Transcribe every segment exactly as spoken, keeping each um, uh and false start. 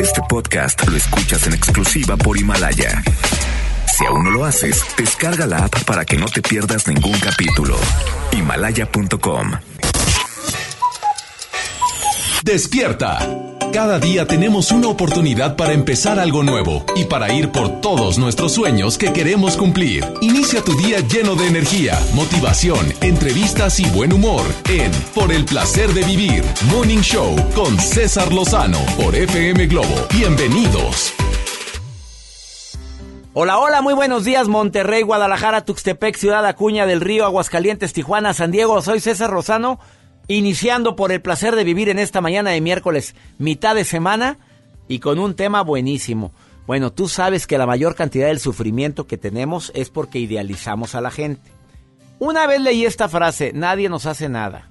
Este podcast lo escuchas en exclusiva por Himalaya. Si aún no lo haces, descarga la app para que no te pierdas ningún capítulo. Himalaya punto com. Despierta. Cada día tenemos una oportunidad para empezar algo nuevo y para ir por todos nuestros sueños que queremos cumplir. Inicia tu día lleno de energía, motivación, entrevistas y buen humor en Por el Placer de Vivir, Morning Show con César Lozano por F M Globo. Bienvenidos. Hola, hola, muy buenos días, Monterrey, Guadalajara, Tuxtepec, Ciudad Acuña del Río, Aguascalientes, Tijuana, San Diego. Soy César Lozano, iniciando Por el Placer de Vivir en esta mañana de miércoles, mitad de semana, y con un tema buenísimo. Bueno, tú sabes que la mayor cantidad del sufrimiento que tenemos es porque idealizamos a la gente. Una vez leí esta frase: nadie nos hace nada.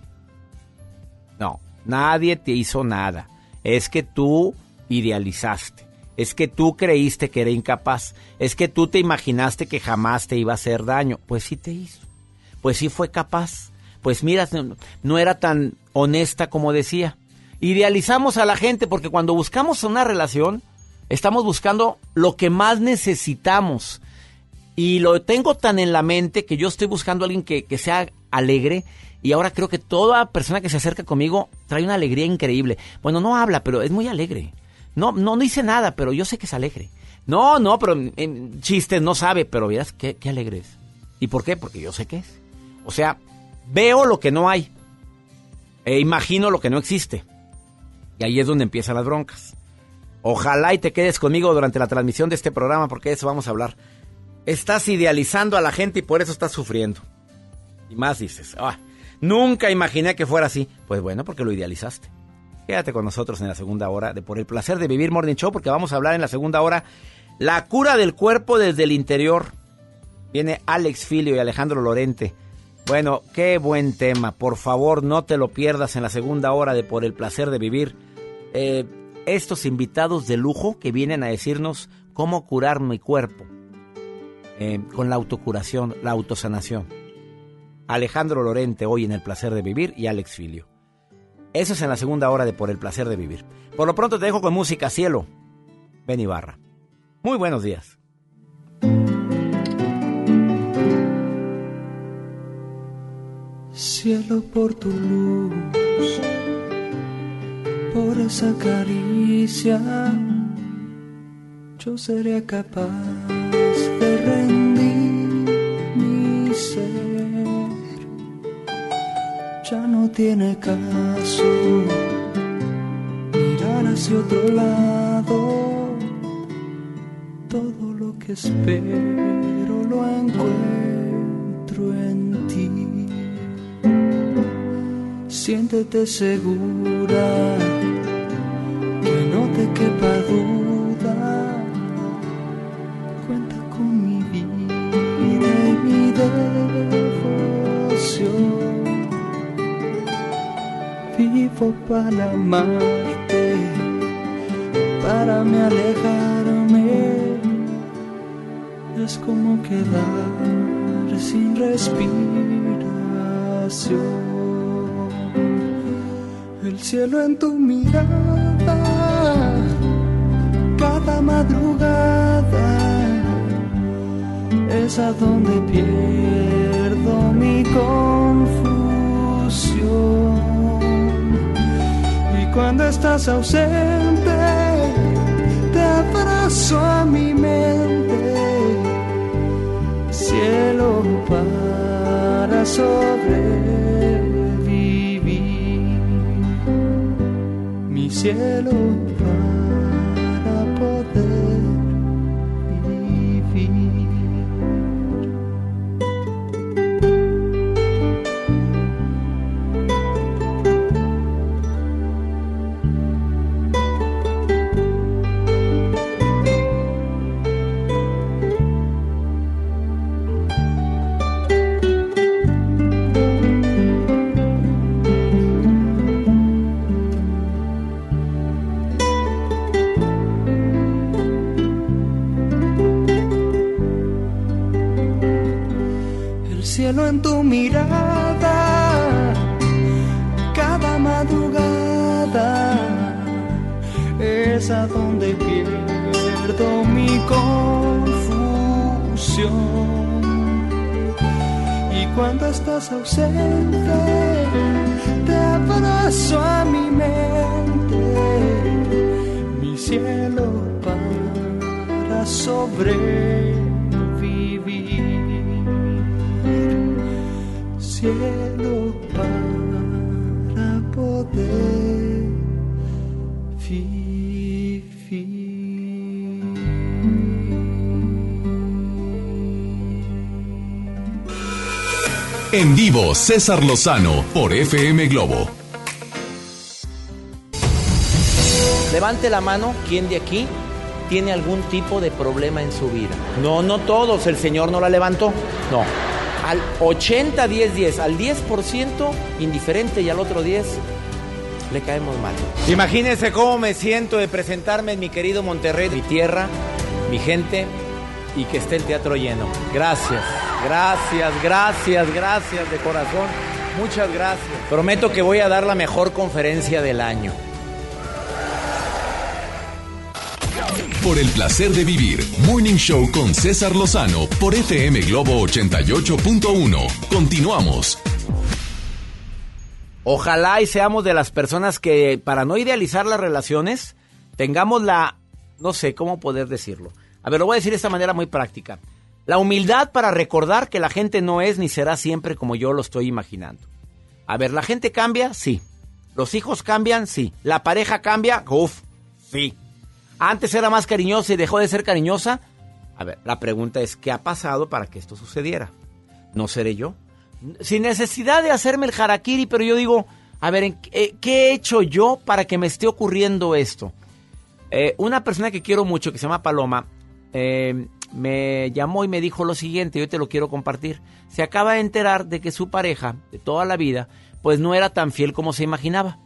No, nadie te hizo nada. Es que tú idealizaste. Es que tú creíste que era incapaz. Es que tú te imaginaste que jamás te iba a hacer daño. Pues sí te hizo. Pues sí fue capaz. Pues mira, no era tan honesta como decía. Idealizamos a la gente porque cuando buscamos una relación, estamos buscando lo que más necesitamos. Y lo tengo tan en la mente que yo estoy buscando a alguien que, que sea alegre. Y ahora creo que toda persona que se acerca conmigo trae una alegría increíble. Bueno, no habla, pero es muy alegre. No, no dice nada, pero yo sé que es alegre. No, no, pero en chistes no sabe, pero verás qué, qué alegre es. ¿Y por qué? Porque yo sé qué es. O sea, veo lo que no hay. E imagino lo que no existe. Y ahí es donde empiezan las broncas. Ojalá y te quedes conmigo durante la transmisión de este programa, porque de eso vamos a hablar. Estás idealizando a la gente y por eso estás sufriendo. Y más dices, ah, nunca imaginé que fuera así. Pues bueno, porque lo idealizaste. Quédate con nosotros en la segunda hora de Por el Placer de Vivir Morning Show, porque vamos a hablar en la segunda hora la cura del cuerpo desde el interior. Viene Alex Filio y Alejandro Lorente. Bueno, qué buen tema. Por favor, no te lo pierdas en la segunda hora de Por el Placer de Vivir. Eh, estos invitados de lujo que vienen a decirnos cómo curar mi cuerpo eh, con la autocuración, la autosanación. Alejandro Lorente hoy en El Placer de Vivir y Alex Filio. Eso es en la segunda hora de Por el Placer de Vivir. Por lo pronto te dejo con música. Cielo, Ben Ibarra. Muy buenos días. Cielo, por tu luz, por esa caricia, yo sería capaz de rendir mi ser. Ya no tiene caso mirar hacia otro lado. Todo lo que espero lo encuentro en ti. Siéntete segura, que no te quepa duda. Cuenta con mi vida y mi devoción. Vivo para amarte, para me alejarme. Es como quedar sin respiración. El cielo en tu mirada, cada madrugada, es a donde pierdo mi confusión. Y cuando estás ausente, te abrazo a mi mente. Cielo para sobrevivir, mi cielo para poder vivir. Cielo en tu mirada, cada madrugada, es a donde pierdo mi confusión. Y cuando estás ausente, te abrazo a mi mente, mi cielo para sobrevivir, cielo para poder vivir. En vivo, César Lozano por F M Globo. Levante la mano, ¿quién de aquí tiene algún tipo de problema en su vida? No, no todos, el Señor no la levantó. No, al ochenta, diez, diez, al diez por ciento indiferente y al otro diez le caemos mal. Imagínense cómo me siento de presentarme en mi querido Monterrey, mi tierra, mi gente, y que esté el teatro lleno. Gracias, gracias, gracias, gracias de corazón. Muchas gracias. Prometo que voy a dar la mejor conferencia del año. Por el placer de vivir, Morning Show con César Lozano por F M Globo ochenta y ocho punto uno. Continuamos. Ojalá y seamos de las personas que, para no idealizar las relaciones, tengamos la, no sé cómo poder decirlo. A ver, lo voy a decir de esta manera muy práctica. La humildad para recordar que la gente no es ni será siempre como yo lo estoy imaginando. A ver, ¿la gente cambia? Sí. ¿Los hijos cambian? Sí. ¿La pareja cambia? Uf, sí. ¿Antes era más cariñosa y dejó de ser cariñosa? A ver, la pregunta es, ¿qué ha pasado para que esto sucediera? ¿No seré yo? Sin necesidad de hacerme el harakiri, pero yo digo, a ver, ¿qué he hecho yo para que me esté ocurriendo esto? Eh, una persona que quiero mucho, que se llama Paloma, eh, me llamó y me dijo lo siguiente, yo te lo quiero compartir. Se acaba de enterar de que su pareja, de toda la vida, pues no era tan fiel como se imaginaba.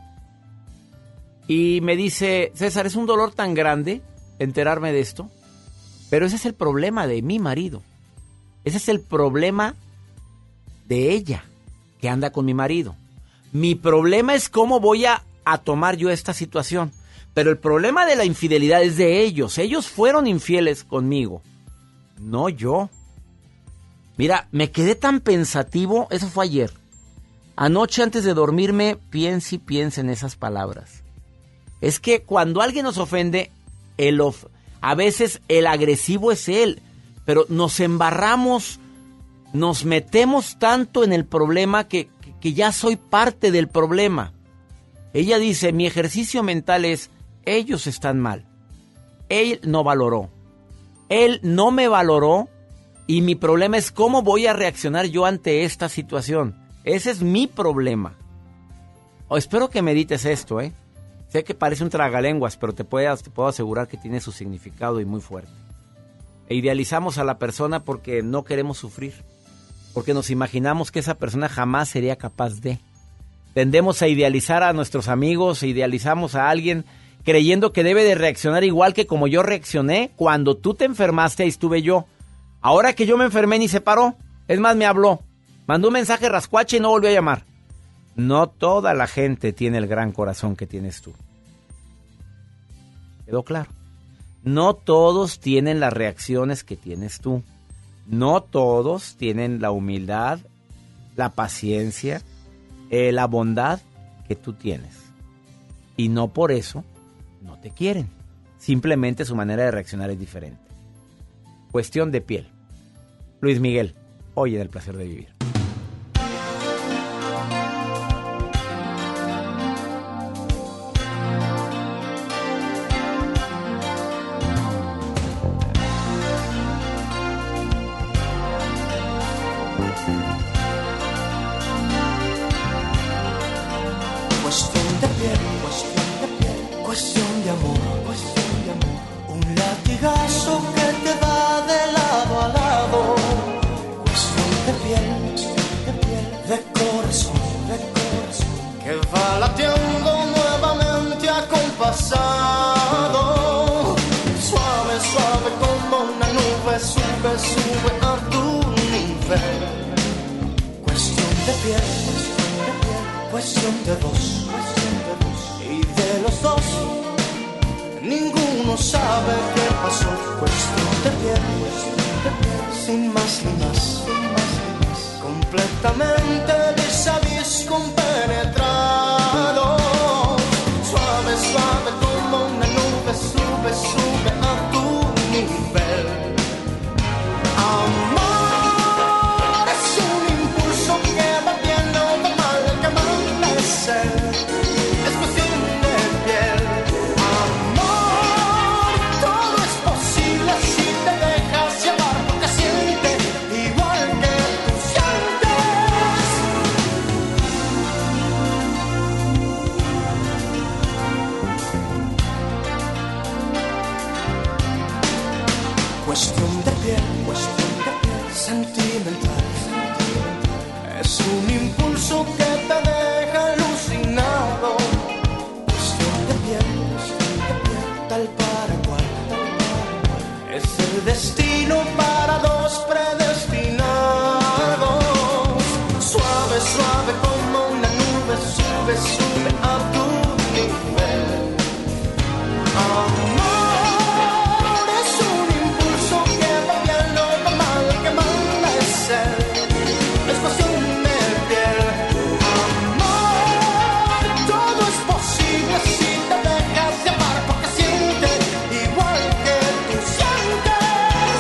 Y me dice, César, es un dolor tan grande enterarme de esto, pero ese es el problema de mi marido. Ese es el problema de ella, que anda con mi marido. Mi problema es cómo voy a, a tomar yo esta situación. Pero el problema de la infidelidad es de ellos. Ellos fueron infieles conmigo, no yo. Mira, me quedé tan pensativo, eso fue ayer. Anoche antes de dormirme, piense y piense en esas palabras. Es que cuando alguien nos ofende, el of- a veces el agresivo es él, pero nos embarramos, nos metemos tanto en el problema que, que, que ya soy parte del problema. Ella dice, mi ejercicio mental es, ellos están mal. Él no valoró. Él no me valoró y mi problema es cómo voy a reaccionar yo ante esta situación. Ese es mi problema. Oh, espero que medites esto, ¿eh? Sé que parece un tragalenguas, pero te puedo, te puedo asegurar que tiene su significado y muy fuerte. E idealizamos a la persona porque no queremos sufrir, porque nos imaginamos que esa persona jamás sería capaz de. Tendemos a idealizar a nuestros amigos, idealizamos a alguien creyendo que debe de reaccionar igual que como yo reaccioné. Cuando tú te enfermaste, ahí estuve yo. Ahora que yo me enfermé ni se paró. Es más, me habló. Mandó un mensaje rascuache y no volvió a llamar. No toda la gente tiene el gran corazón que tienes tú. ¿Quedó claro? No todos tienen las reacciones que tienes tú. No todos tienen la humildad, la paciencia, eh, la bondad que tú tienes. Y no por eso no te quieren. Simplemente su manera de reaccionar es diferente. Cuestión de piel. Luis Miguel, hoy en El Placer de Vivir. Cuestión de piel, cuestión de piel, cuestión de amor, cuestión de amor. Un latigazo que te da de lado a lado. Cuestión de piel, cuestión de piel, de corazón, de corazón, que va latiendo nuevamente acompasado. Suave, suave como una nube, sube, sube a tu nivel. Cuestión de piel, cuestión de piel, cuestión de dos, cuestión de dos, y de los dos sabe qué pasó. Cuestión de piel, sin más ni más, completamente vis a vis compenetrado. Suave, suave como una nube, sube, sube a tu nivel. Amor es un impulso que va bien o va mal, el que amanece. Es cuestión de piel. Amor, todo es posible si te dejas llevar, porque siente igual que tú sientes. Cuestión de piel, cuestión de piel, sentimental. Es un impulso que te deja alucinado. Cuestión de piel, cuestión de piel, tal para cual. Es el destino para dos predestinados. Suave, suave como una nube, sube, sube a tu nivel. Amor es un impulso que va bien o va mal, el que manda es él. Es cuestión de piel. Amor, todo es posible si te dejas llevar, porque siente igual que tú sientes.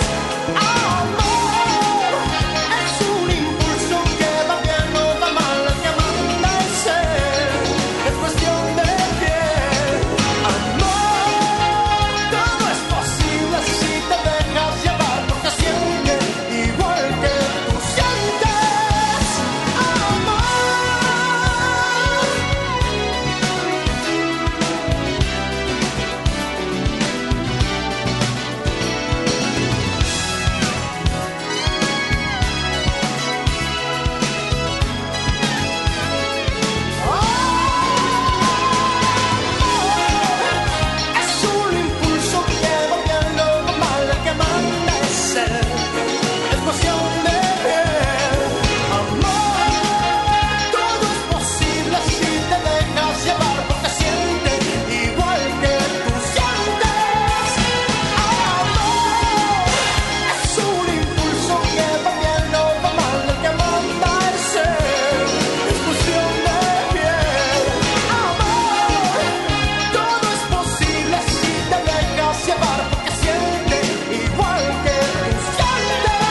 Amor es un impulso que va bien o va mal, el que manda es él. Es cuestión de piel. Amor, todo es posible si te dejas llevar, porque siente igual que tú sientes. Amor. Es un impulso que va bien o va mal, el que manda es él. Es cuestión de piel. Amor, todo es posible si te dejas llevar, porque siente igual que tú sientes. Amor, es un impulso que va bien o va mal, el que manda es él. Es cuestión de piel. Amor, todo es posible si te dejas llevar, porque siente igual que tú sientes.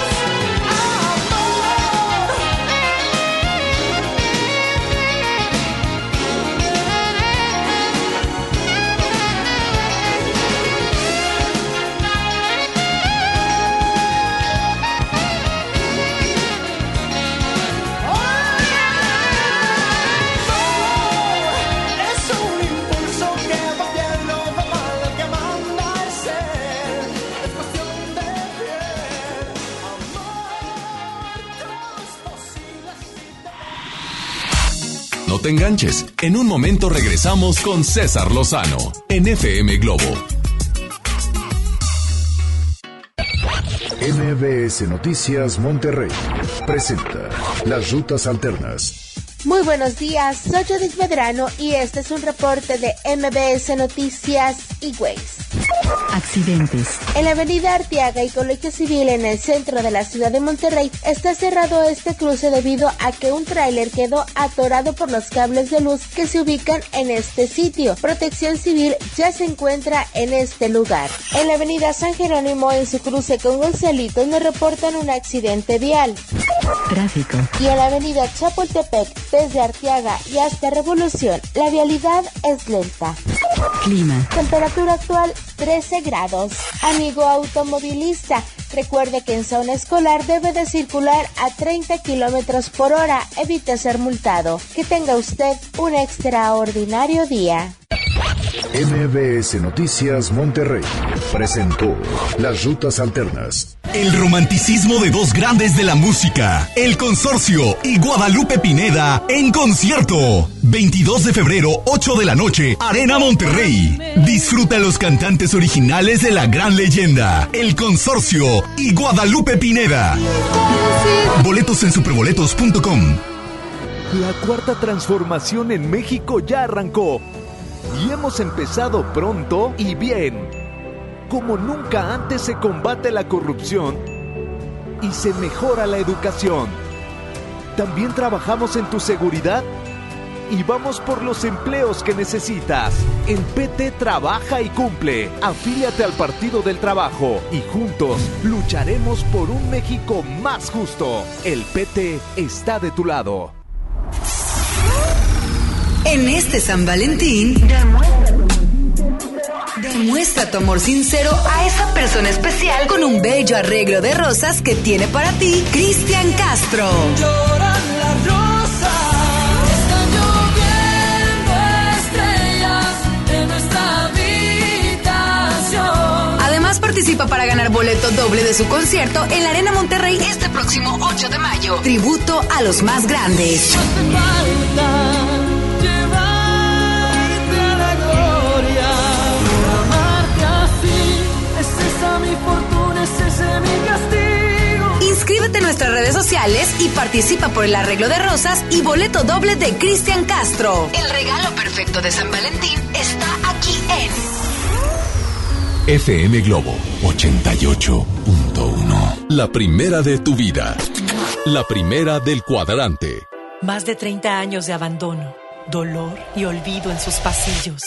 Es un impulso que va bien o va mal, el que manda es él. Es cuestión de piel. Amor, todo es posible si te... No te enganches. En un momento regresamos con César Lozano en F M Globo. M B S Noticias Monterrey presenta Las Rutas Alternas. Muy buenos días, soy Judith Medrano y este es un reporte de M B S Noticias e-Ways. Accidentes. En la avenida Arteaga y Colegio Civil en el centro de la ciudad de Monterrey está cerrado este cruce debido a que un tráiler quedó atorado por los cables de luz que se ubican en este sitio. Protección Civil ya se encuentra en este lugar. En la avenida San Jerónimo en su cruce con Gonzalitos nos reportan un accidente vial. Tráfico. Y en la avenida Chapultepec desde Arteaga y hasta Revolución la vialidad es lenta. Clima. Temperatura actual trece grados. Amigo automovilista, recuerde que en zona escolar debe de circular a treinta kilómetros por hora. Evite ser multado. Que tenga usted un extraordinario día. M B S Noticias Monterrey presentó Las Rutas Alternas. El romanticismo de dos grandes de la música, El Consorcio y Guadalupe Pineda en concierto. veintidós de febrero, ocho de la noche, Arena Monterrey. Disfruta los cantantes originales de la gran leyenda, El Consorcio y Guadalupe Pineda. Boletos en superboletos punto com. La cuarta transformación en México ya arrancó y hemos empezado pronto y bien. como nunca antes se combate la corrupción y se mejora la educación. También trabajamos en tu seguridad y vamos por los empleos que necesitas. En P T trabaja y cumple. Afíliate al Partido del Trabajo y juntos lucharemos por un México más justo. El P T está de tu lado. En este San Valentín, demuestra tu amor sincero a esa persona especial con un bello arreglo de rosas que tiene para ti Cristian Castro. Lloran las rosas, están lloviendo estrellas en nuestra habitación. Además participa para ganar boleto doble de su concierto en la Arena Monterrey este próximo ocho de mayo. Tributo a los más grandes. No hace falta llevarte a la gloria, amarte así, es esa mi fortuna, es ese mi castigo. Inscríbete en nuestras redes sociales y participa por el arreglo de rosas y boleto doble de Cristian Castro. El regalo perfecto de San Valentín está aquí en F M Globo ochenta y ocho punto uno. La primera de tu vida. La primera del cuadrante. Más de treinta años de abandono, dolor y olvido en sus pasillos.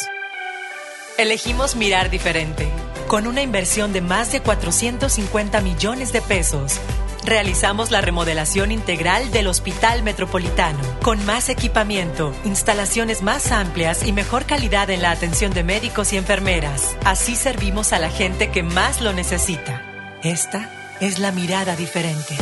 Elegimos mirar diferente. Con una inversión de más de cuatrocientos cincuenta millones de pesos, realizamos la remodelación integral del Hospital Metropolitano, con más equipamiento, instalaciones más amplias y mejor calidad en la atención de médicos y enfermeras. Así servimos a la gente que más lo necesita. Esta es la mirada diferente.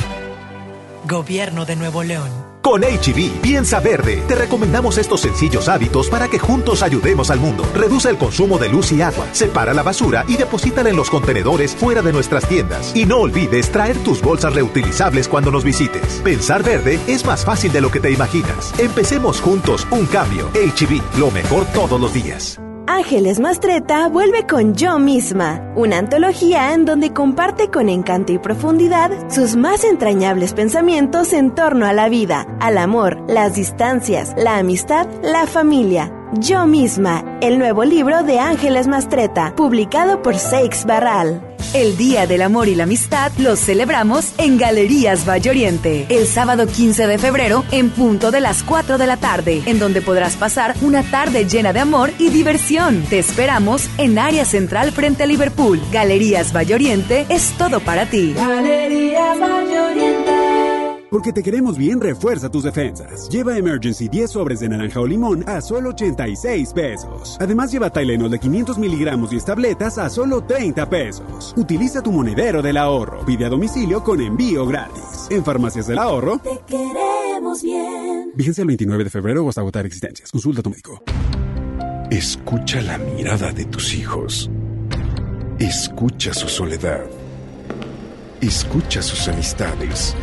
Gobierno de Nuevo León. Con H E B, piensa verde. Te recomendamos estos sencillos hábitos para que juntos ayudemos al mundo. Reduce el consumo de luz y agua, separa la basura y deposítala en los contenedores fuera de nuestras tiendas. Y no olvides traer tus bolsas reutilizables cuando nos visites. Pensar verde es más fácil de lo que te imaginas. Empecemos juntos un cambio. H E B, lo mejor todos los días. Ángeles Mastretta vuelve con Yo Misma, una antología en donde comparte con encanto y profundidad sus más entrañables pensamientos en torno a la vida, al amor, las distancias, la amistad, la familia. Yo Misma, el nuevo libro de Ángeles Mastretta, publicado por Seix Barral. El Día del Amor y la Amistad lo celebramos en Galerías Valle Oriente, el sábado quince de febrero en punto de las cuatro de la tarde, en donde podrás pasar una tarde llena de amor y diversión. Te esperamos en área central frente a Liverpool. Galerías Valle Oriente es todo para ti. Galerías Valle Oriente. Porque te queremos bien, refuerza tus defensas. Lleva Emergency diez sobres de naranja o limón a solo ochenta y seis pesos. Además, lleva Tylenol de quinientos miligramos y tabletas a solo treinta pesos. Utiliza tu monedero del ahorro. Pide a domicilio con envío gratis. En Farmacias del Ahorro, Te queremos bien. Vigencia el veintinueve de febrero o hasta agotar existencias. Consulta a tu médico. Escucha la mirada de tus hijos. Escucha su soledad. Escucha sus amistades.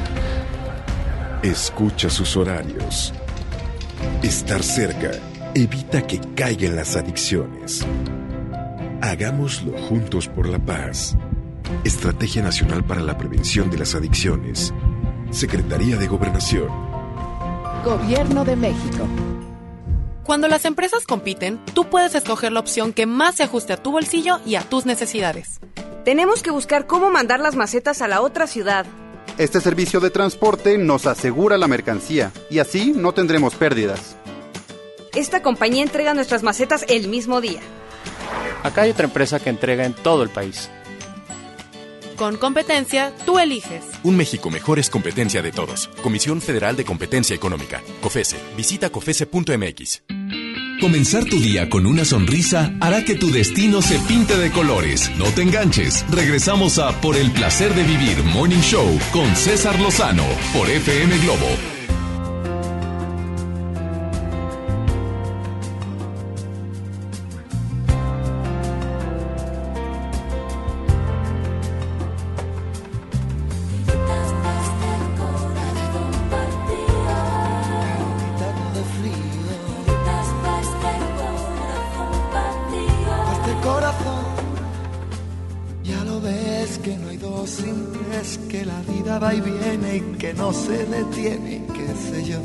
Escucha sus horarios. Estar cerca evita que caigan las adicciones. Hagámoslo juntos por la paz. Estrategia Nacional para la Prevención de las Adicciones. Secretaría de Gobernación. Gobierno de México. Cuando las empresas compiten, tú puedes escoger la opción que más se ajuste a tu bolsillo y a tus necesidades. Tenemos que buscar cómo mandar las macetas a la otra ciudad. Este servicio de transporte nos asegura la mercancía y así no tendremos pérdidas. Esta compañía entrega nuestras macetas el mismo día. Acá hay otra empresa que entrega en todo el país. Con competencia, tú eliges. Un México mejor es competencia de todos. Comisión Federal de Competencia Económica. COFESE. Visita cofese punto m x. Comenzar tu día con una sonrisa hará que tu destino se pinte de colores. No te enganches. Regresamos a Por el Placer de Vivir Morning Show con César Lozano por F M Globo. Se detiene, qué sé yo.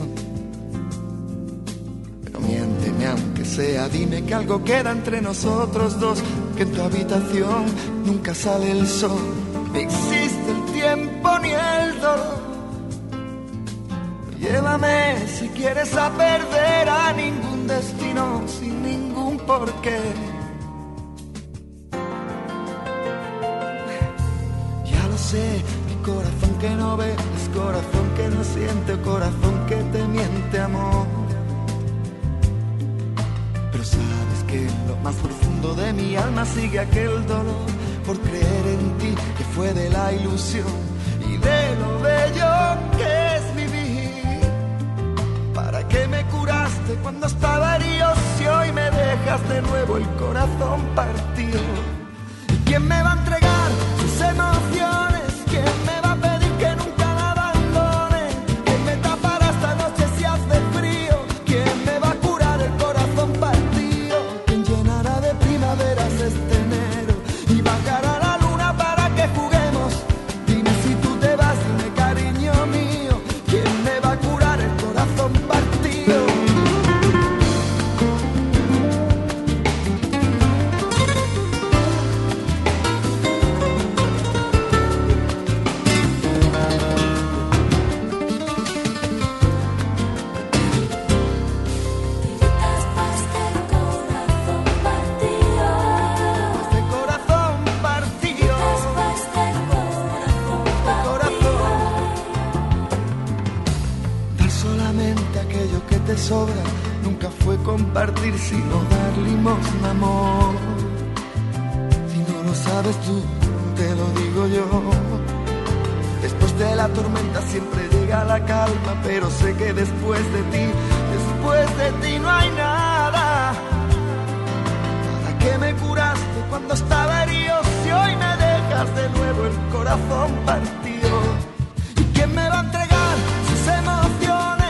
Pero miénteme aunque sea, dime que algo queda entre nosotros dos, que que en tu habitación nunca sale el sol, ni existe el tiempo ni el dolor. Llévame si quieres a perder a ningún destino sin ningún porqué. Ya lo sé, mi corazón que no ve es corazón que no siente, corazón que te miente, amor. Pero sabes que en lo más profundo de mi alma sigue aquel dolor por creer en ti, que fue de la ilusión y de lo bello que es vivir. ¿Para qué me curaste cuando estaba herido si hoy me dejas de nuevo el corazón partido? ¿Y quién me va a entregar sus emociones? ¿Quién me va a pedir que nunca la abandone? ¿Quién me tapará esta noche si hace frío? ¿Quién me va a curar el corazón partido? ¿Quién llenará de primaveras este enero y bajará la luna para que juguemos? Dime si tú te vas, dime cariño mío, ¿quién me va a curar el corazón partido? Sobra, nunca fue compartir sino dar limosna, amor. Si no lo sabes tú, te lo digo yo. Después de la tormenta siempre llega la calma, pero sé que después de ti, después de ti no hay nada. ¿Para qué me curaste cuando estaba herido si hoy me dejas de nuevo el corazón partido? ¿Y quién me va a entregar sus emociones?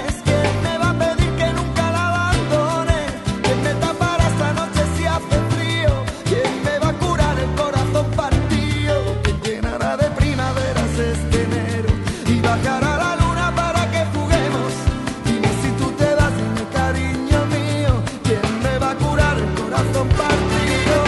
Bajará la luna para que juguemos. Dime si tú te vas, dime cariño mío, ¿quién me va a curar el corazón partido?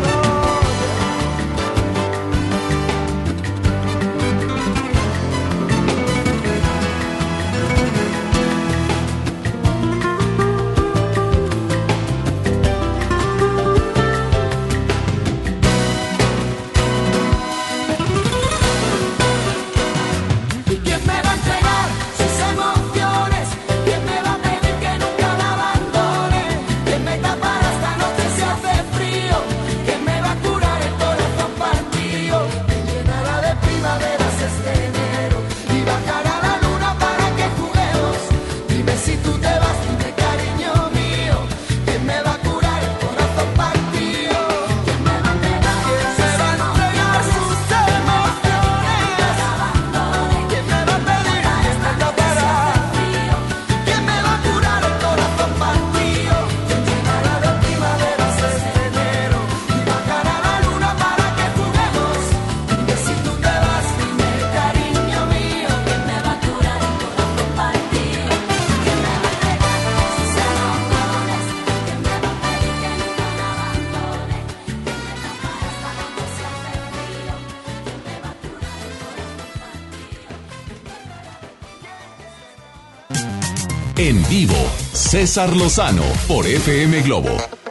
En vivo, César Lozano por F M Globo.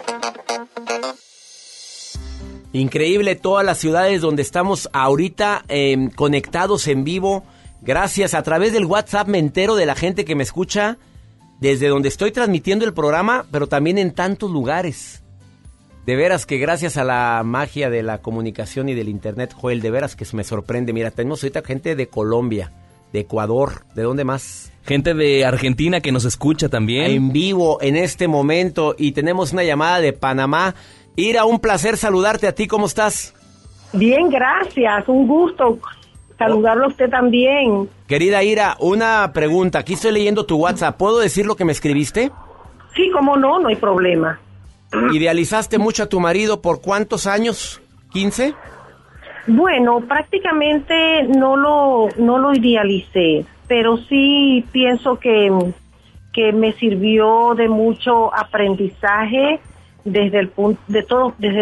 Increíble todas las ciudades donde estamos ahorita eh, conectados en vivo. Gracias, a través del WhatsApp me entero de la gente que me escucha desde donde estoy transmitiendo el programa, pero también en tantos lugares. De veras que gracias a la magia de la comunicación y del internet, Joel, de veras que me sorprende. Mira, tenemos ahorita gente de Colombia, de Ecuador, ¿de dónde más? Gente de Argentina que nos escucha también. En vivo, en este momento, y tenemos una llamada de Panamá. Ira, un placer saludarte a ti, ¿cómo estás? Bien, gracias, un gusto saludarlo a usted también. Querida Ira, una pregunta, aquí estoy leyendo tu WhatsApp, ¿puedo decir lo que me escribiste? Sí, cómo no, no hay problema. ¿Idealizaste mucho a tu marido por cuántos años? ¿quince? Bueno, prácticamente no lo, no lo idealicé, pero sí pienso que, que me sirvió de mucho aprendizaje desde el punto, de todo, desde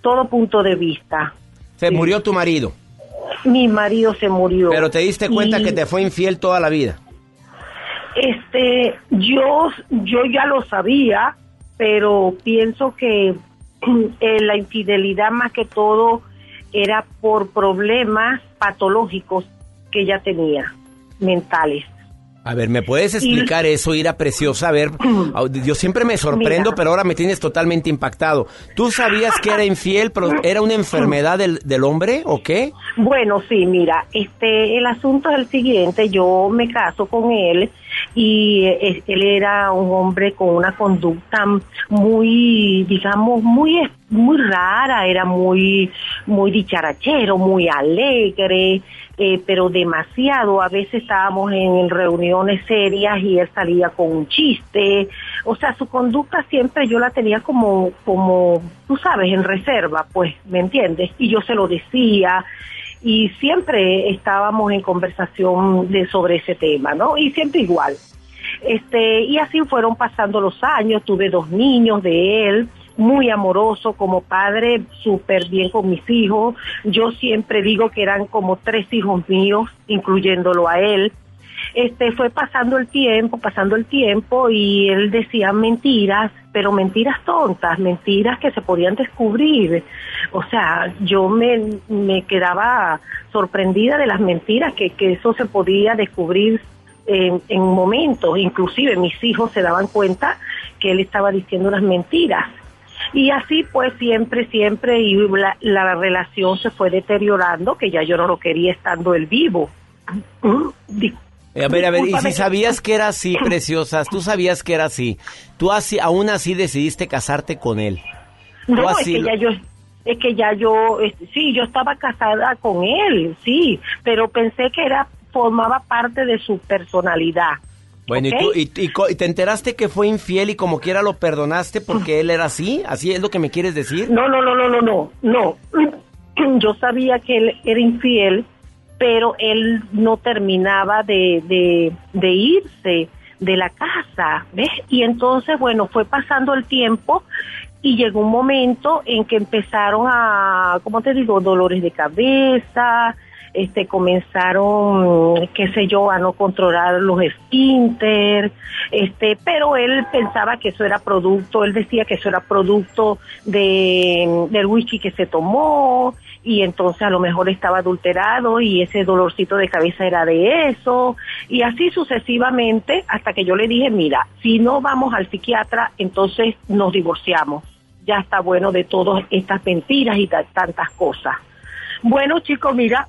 todo punto de vista. Se Sí. murió tu marido. Mi marido se murió. Pero te diste cuenta Y, que te fue infiel toda la vida. Este, yo, yo ya lo sabía, pero pienso que eh, la infidelidad más que todo era por problemas patológicos que ella tenía, mentales. A ver, ¿me puedes explicar y... eso, Ira Preciosa? A ver, yo siempre me sorprendo, Mira. pero ahora me tienes totalmente impactado. ¿Tú sabías que era infiel, pero era una enfermedad del, del hombre o qué? Bueno, sí, mira, este, el asunto es el siguiente, yo me caso con él y eh, él era un hombre con una conducta muy, digamos, muy muy rara, era muy muy dicharachero, muy alegre, eh, pero demasiado. A veces estábamos en reuniones serias y él salía con un chiste. O sea, su conducta siempre yo la tenía como, como, tú sabes, en reserva, pues, ¿me entiendes? Y yo se lo decía. Y siempre estábamos en conversación de sobre ese tema, ¿no? Y siempre igual. Este, y así fueron pasando los años, tuve dos niños de él, muy amoroso como padre, súper bien con mis hijos. Yo siempre digo que eran como tres hijos míos, incluyéndolo a él. Este, fue pasando el tiempo, pasando el tiempo y él decía mentiras, pero mentiras tontas, mentiras que se podían descubrir. O sea, yo me, me quedaba sorprendida de las mentiras, que, que eso se podía descubrir en, en momentos. Inclusive mis hijos se daban cuenta que él estaba diciendo unas mentiras. Y así pues siempre, siempre, y la, la relación se fue deteriorando, que ya yo no lo quería estando él vivo. A ver, a ver, y si sabías que era así, Preciosas, tú sabías que era así, tú así, aún así decidiste casarte con él. No, es así que lo... ya yo, es que ya yo, sí, yo estaba casada con él, sí, pero pensé que era, formaba parte de su personalidad. Bueno, ¿okay? ¿y, tú, y, y, y te enteraste que fue infiel y como quiera lo perdonaste porque él era así? ¿Así es lo que me quieres decir? No, no, no, no, no, no, no. Yo sabía que él era infiel, pero él no terminaba de, de, de irse de la casa, ¿ves? Y entonces, bueno, fue pasando el tiempo y llegó un momento en que empezaron a, ¿cómo te digo?, dolores de cabeza, este, comenzaron, qué sé yo, a no controlar los esfínter, este, pero él pensaba que eso era producto, él decía que eso era producto de, del whisky que se tomó, y entonces a lo mejor estaba adulterado y ese dolorcito de cabeza era de eso, y así sucesivamente, hasta que yo le dije, mira, si no vamos al psiquiatra, entonces nos divorciamos, ya está bueno de todas estas mentiras y t- tantas cosas. Bueno, chicos, mira,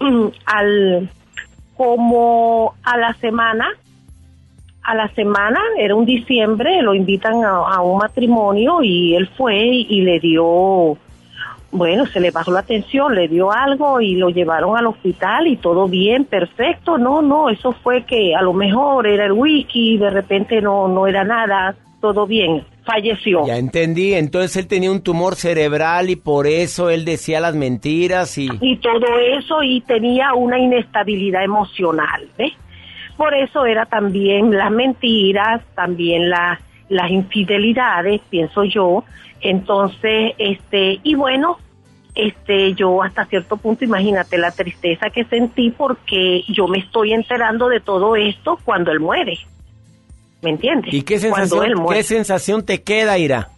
al como a la semana, a la semana, era un diciembre, lo invitan a, a un matrimonio y él fue y, y le dio, bueno, se le bajó la tensión, le dio algo y lo llevaron al hospital y todo bien, perfecto. No, no, eso fue que a lo mejor era el whisky, de repente no, no era nada, todo bien. Falleció. Ya entendí, entonces él tenía un tumor cerebral y por eso él decía las mentiras y... Y todo eso, y tenía una inestabilidad emocional, ¿ves? Por eso era también las mentiras, también las, las infidelidades, pienso yo. Entonces, este, y bueno, este, yo hasta cierto punto, imagínate la tristeza que sentí porque yo me estoy enterando de todo esto cuando él muere. ¿Me entiendes? ¿Y qué sensación, qué sensación te queda, Ira?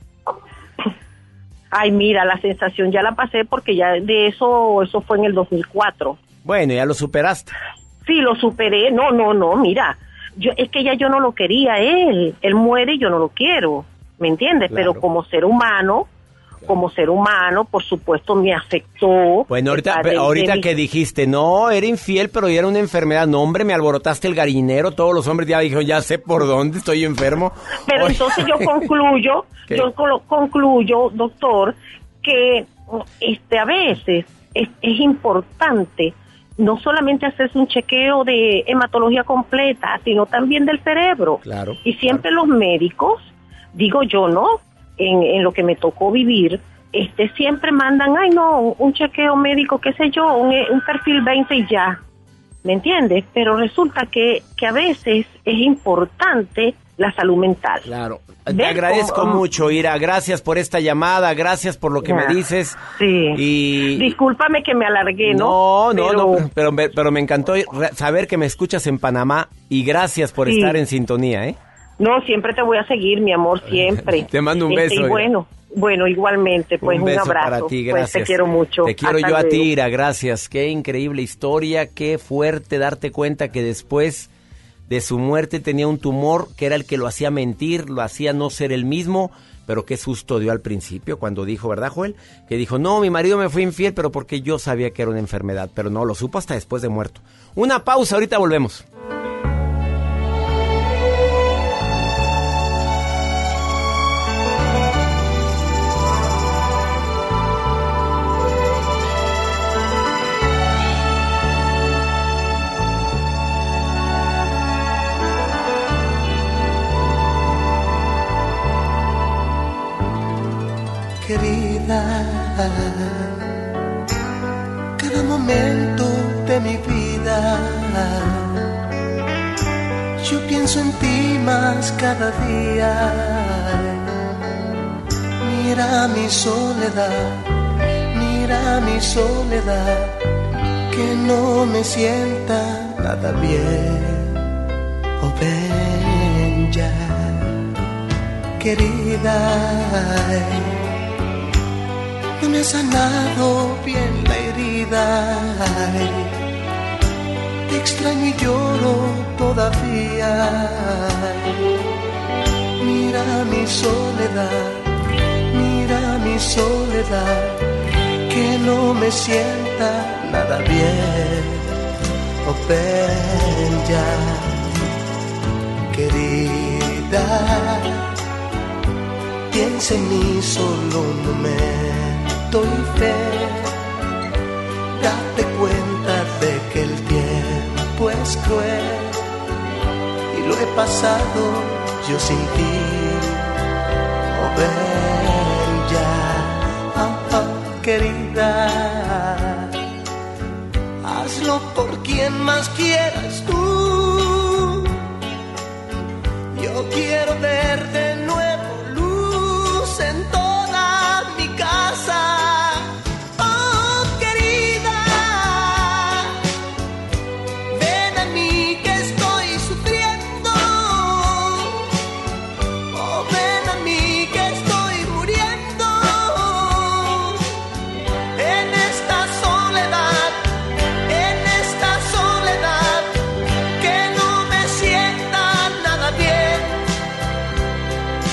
Ay, mira, la sensación ya la pasé porque ya de eso, eso fue en el dos mil cuatro. Bueno, ya lo superaste. Sí, lo superé. No, no, no, mira, yo es que ya yo no lo quería él. Él muere y yo no lo quiero, ¿me entiendes? Claro. Pero como ser humano, como ser humano, por supuesto, me afectó. Bueno, ahorita, de, ahorita de mi... que dijiste, no, era infiel, pero ya era una enfermedad. No, hombre, me alborotaste el gallinero. Todos los hombres ya dijeron, ya sé por dónde estoy enfermo. Pero Oye. entonces yo concluyo, ¿Qué? yo concluyo, doctor, que este a veces es, es importante no solamente hacerse un chequeo de hematología completa, sino también del cerebro. Claro. Y siempre claro. Los médicos, digo yo, ¿no? En, en lo que me tocó vivir, este siempre mandan, ay no, un chequeo médico, qué sé yo, un, un perfil veinte y ya, ¿me entiendes? Pero resulta que, que a veces es importante la salud mental. Claro. Te ¿Ves agradezco cómo? mucho, Ira. Gracias por esta llamada, gracias por lo que Ya. me dices. Sí. Y Discúlpame que me alargué, ¿no? no, no, Pero- no, pero, pero, me- pero me encantó re- saber que me escuchas en Panamá y gracias por Sí. estar en sintonía, ¿eh? No, siempre te voy a seguir, mi amor, siempre. Te mando un Este, beso, y Ira. bueno, bueno, igualmente, pues un un, beso abrazo. para ti, Pues, gracias. te quiero mucho. Te quiero Hasta yo a ti, luego. Ira, gracias. Qué increíble historia, qué fuerte darte cuenta que después de su muerte tenía un tumor que era el que lo hacía mentir, lo hacía no ser el mismo, pero qué susto dio al principio cuando dijo, ¿verdad, Joel? Que dijo, no, mi marido me fue infiel, pero porque yo sabía que era una enfermedad, pero no, lo supo hasta después de muerto. Una pausa, ahorita volvemos. Querida, cada momento de mi vida, yo pienso en ti más cada día. Mira mi soledad, mira mi soledad, que no me sienta nada bien. Oh, ven ya, querida. No me ha sanado bien la herida. Ay, te extraño y lloro todavía. Ay, mira mi soledad, mira mi soledad, que no me sienta nada bien. Oh, ven ya, querida, piensa en mí solo un momento y fe, date cuenta de que el tiempo es cruel y lo he pasado yo sin ti. Oh, ven ya, ah, ah, querida, hazlo por quien más quieras tú. Yo quiero ver de nuevo luz en toda mi casa. Oh, querida, ven a mí que estoy sufriendo. Oh, ven a mí que estoy muriendo en esta soledad, en esta soledad que no me sienta nada bien.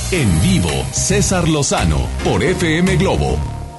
En vivo, César Lozano por F M Globo.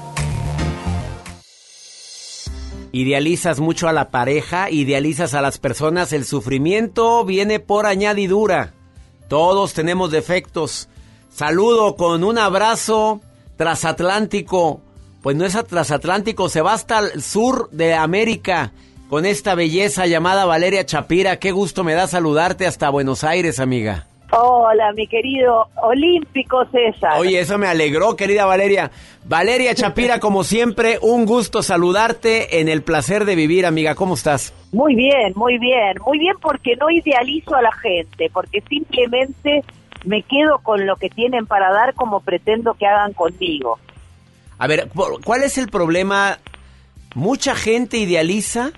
Idealizas mucho a la pareja, idealizas a las personas, el sufrimiento viene por añadidura. Todos tenemos defectos. Saludo con un abrazo transatlántico. Pues no es transatlántico, se va hasta el sur de América con esta belleza llamada Valeria Chapira. Qué gusto me da saludarte hasta Buenos Aires, amiga. Hola, mi querido olímpico César. Oye, eso me alegró, querida Valeria. Valeria Chapira, como siempre, un gusto saludarte en el placer de vivir, amiga. ¿Cómo estás? Muy bien, muy bien. Muy bien porque no idealizo a la gente, porque simplemente me quedo con lo que tienen para dar como pretendo que hagan conmigo. A ver, ¿cuál es el problema? Mucha gente idealiza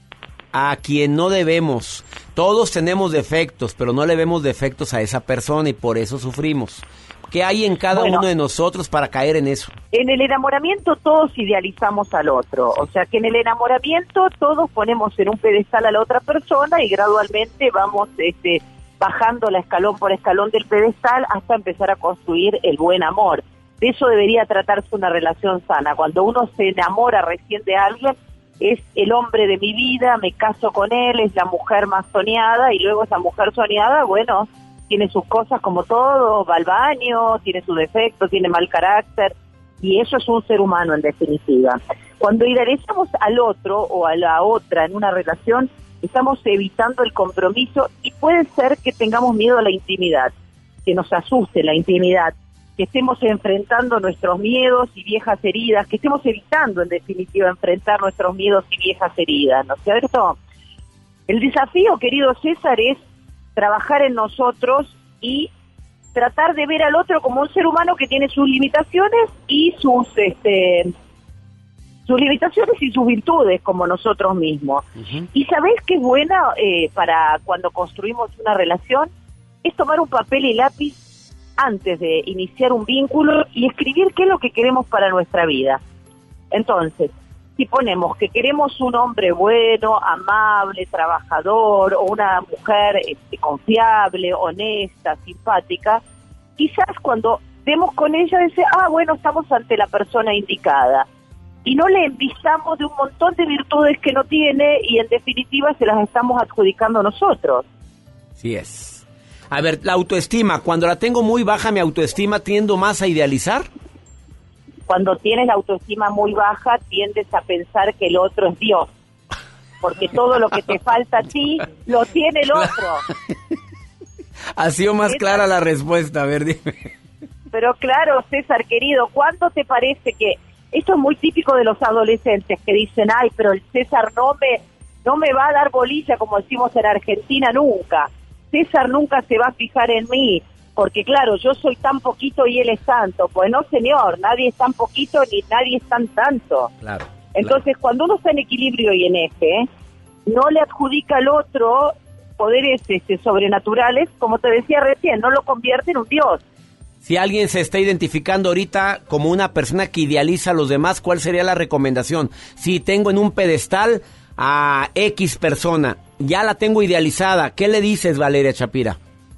a quien no debemos. Todos tenemos defectos, pero no le vemos defectos a esa persona y por eso sufrimos. ¿Qué hay en cada bueno, uno de nosotros para caer en eso? En el enamoramiento todos idealizamos al otro. O sea que en el enamoramiento todos ponemos en un pedestal a la otra persona y gradualmente vamos este, bajando la escalón por escalón del pedestal hasta empezar a construir el buen amor. De eso debería tratarse una relación sana. Cuando uno se enamora recién de alguien, es el hombre de mi vida, me caso con él, es la mujer más soñada, y luego esa mujer soñada, bueno, tiene sus cosas como todo, va al baño, tiene sus defectos, tiene mal carácter, y eso es un ser humano en definitiva. Cuando idealizamos al otro o a la otra en una relación, estamos evitando el compromiso y puede ser que tengamos miedo a la intimidad, que nos asuste la intimidad, que estemos enfrentando nuestros miedos y viejas heridas, que estemos evitando, en definitiva, enfrentar nuestros miedos y viejas heridas, ¿no es cierto? El desafío, querido César, es trabajar en nosotros y tratar de ver al otro como un ser humano que tiene sus limitaciones y sus este sus limitaciones y sus virtudes como nosotros mismos. Uh-huh. Y ¿sabés qué es buena eh, para cuando construimos una relación? Es tomar un papel y lápiz antes de iniciar un vínculo y escribir qué es lo que queremos para nuestra vida. Entonces, si ponemos que queremos un hombre bueno, amable, trabajador, o una mujer este, confiable, honesta, simpática, quizás cuando demos con ella, dice, ah, bueno, estamos ante la persona indicada. Y no le envistamos de un montón de virtudes que no tiene y en definitiva se las estamos adjudicando nosotros. Sí es. A ver, la autoestima, cuando la tengo muy baja mi autoestima, ¿tiendo más a idealizar? Cuando tienes la autoestima muy baja, tiendes a pensar que el otro es Dios. Porque todo lo que te falta a ti, lo tiene el otro. Ha sido más clara la respuesta, a ver, dime. Pero claro, César, querido, ¿cuándo te parece que... Esto es muy típico de los adolescentes que dicen, ay, pero el César no me, no me va a dar bolilla, como decimos en Argentina, nunca. César nunca se va a fijar en mí, porque claro, yo soy tan poquito y él es tanto. Pues no, señor, nadie es tan poquito ni nadie es tan tanto. Claro. Entonces, claro, cuando uno está en equilibrio y en eje, no le adjudica al otro poderes este, sobrenaturales, como te decía recién, no lo convierte en un dios. Si alguien se está identificando ahorita como una persona que idealiza a los demás, ¿cuál sería la recomendación? Si tengo en un pedestal a X persona, ya la tengo idealizada, ¿qué le dices, Valeria Chapira?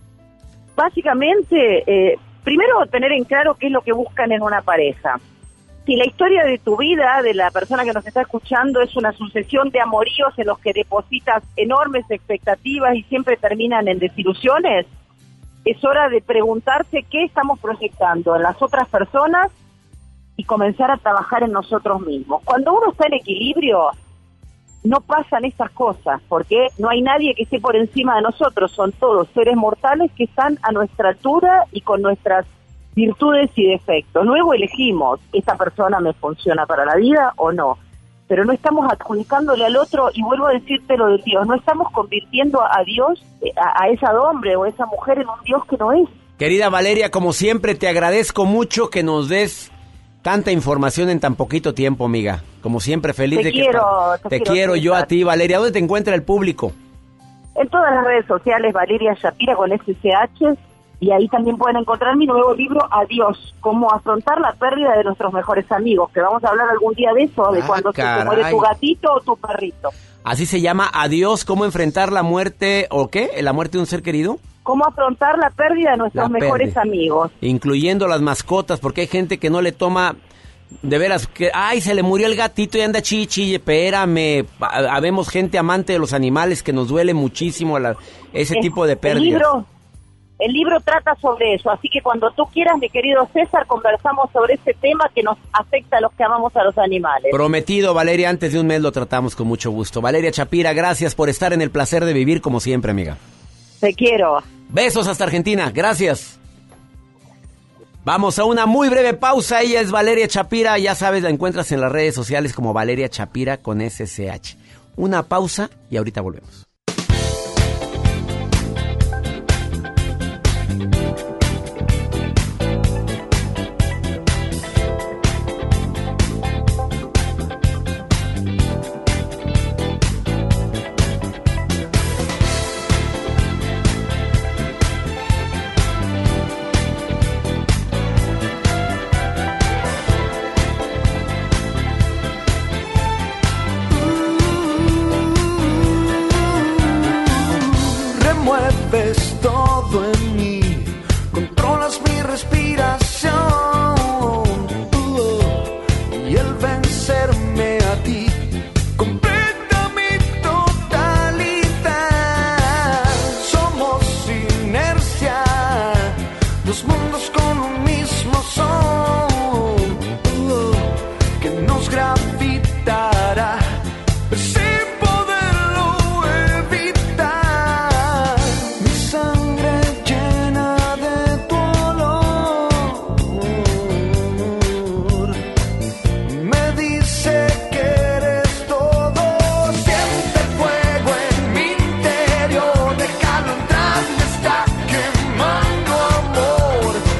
Básicamente, eh, primero tener en claro qué es lo que buscan en una pareja. Si la historia de tu vida, de la persona que nos está escuchando, es una sucesión de amoríos en los que depositas enormes expectativas y siempre terminan en desilusiones, es hora de preguntarse qué estamos proyectando en las otras personas y comenzar a trabajar en nosotros mismos. Cuando uno está en equilibrio, no pasan estas cosas, porque no hay nadie que esté por encima de nosotros, son todos seres mortales que están a nuestra altura y con nuestras virtudes y defectos. Luego elegimos, ¿esta persona me funciona para la vida o no? Pero no estamos adjudicándole al otro, y vuelvo a decirte lo de Dios, no estamos convirtiendo a Dios, a, a ese hombre o a esa mujer en un Dios que no es. Querida Valeria, como siempre, te agradezco mucho que nos des tanta información en tan poquito tiempo, amiga. Como siempre, feliz te de quiero, que... Te, te quiero, quiero yo a ti, Valeria. ¿Dónde te encuentra el público? En todas las redes sociales, Valeria Chapira con S C H, y ahí también pueden encontrar mi nuevo libro, Adiós, cómo afrontar la pérdida de nuestros mejores amigos, que vamos a hablar algún día de eso, de ah, cuando caray. se te muere tu gatito o tu perrito. Así se llama, Adiós, cómo enfrentar la muerte, ¿o qué? ¿La muerte de un ser querido? cómo afrontar la pérdida de nuestros La mejores pérdida. amigos. Incluyendo las mascotas, porque hay gente que no le toma, de veras, que, ay, se le murió el gatito y anda chichi, espérame. Ha- Habemos gente amante de los animales que nos duele muchísimo la- ese Es- tipo de el pérdidas. libro, el libro trata sobre eso, así que cuando tú quieras, mi querido César, conversamos sobre este tema que nos afecta a los que amamos a los animales. Prometido, Valeria, antes de un mes lo tratamos con mucho gusto. Valeria Chapira, gracias por estar en el placer de vivir como siempre, amiga. Te quiero. Besos hasta Argentina, gracias. Vamos a una muy breve pausa. Ella es Valeria Chapira, ya sabes, la encuentras en las redes sociales como Valeria Chapira con S C H. Una pausa y ahorita volvemos. Remueves todo en mí, controlas mi respiración, uh, y el vencerme a ti completa mi totalidad. Somos inercia, dos mundos con un mismo son, uh, que nos gravitará sin poderlo evitar. Mi sangre llena de tu olor me dice que eres todo. Siente fuego en mi interior, déjalo entrar, me está quemando amor.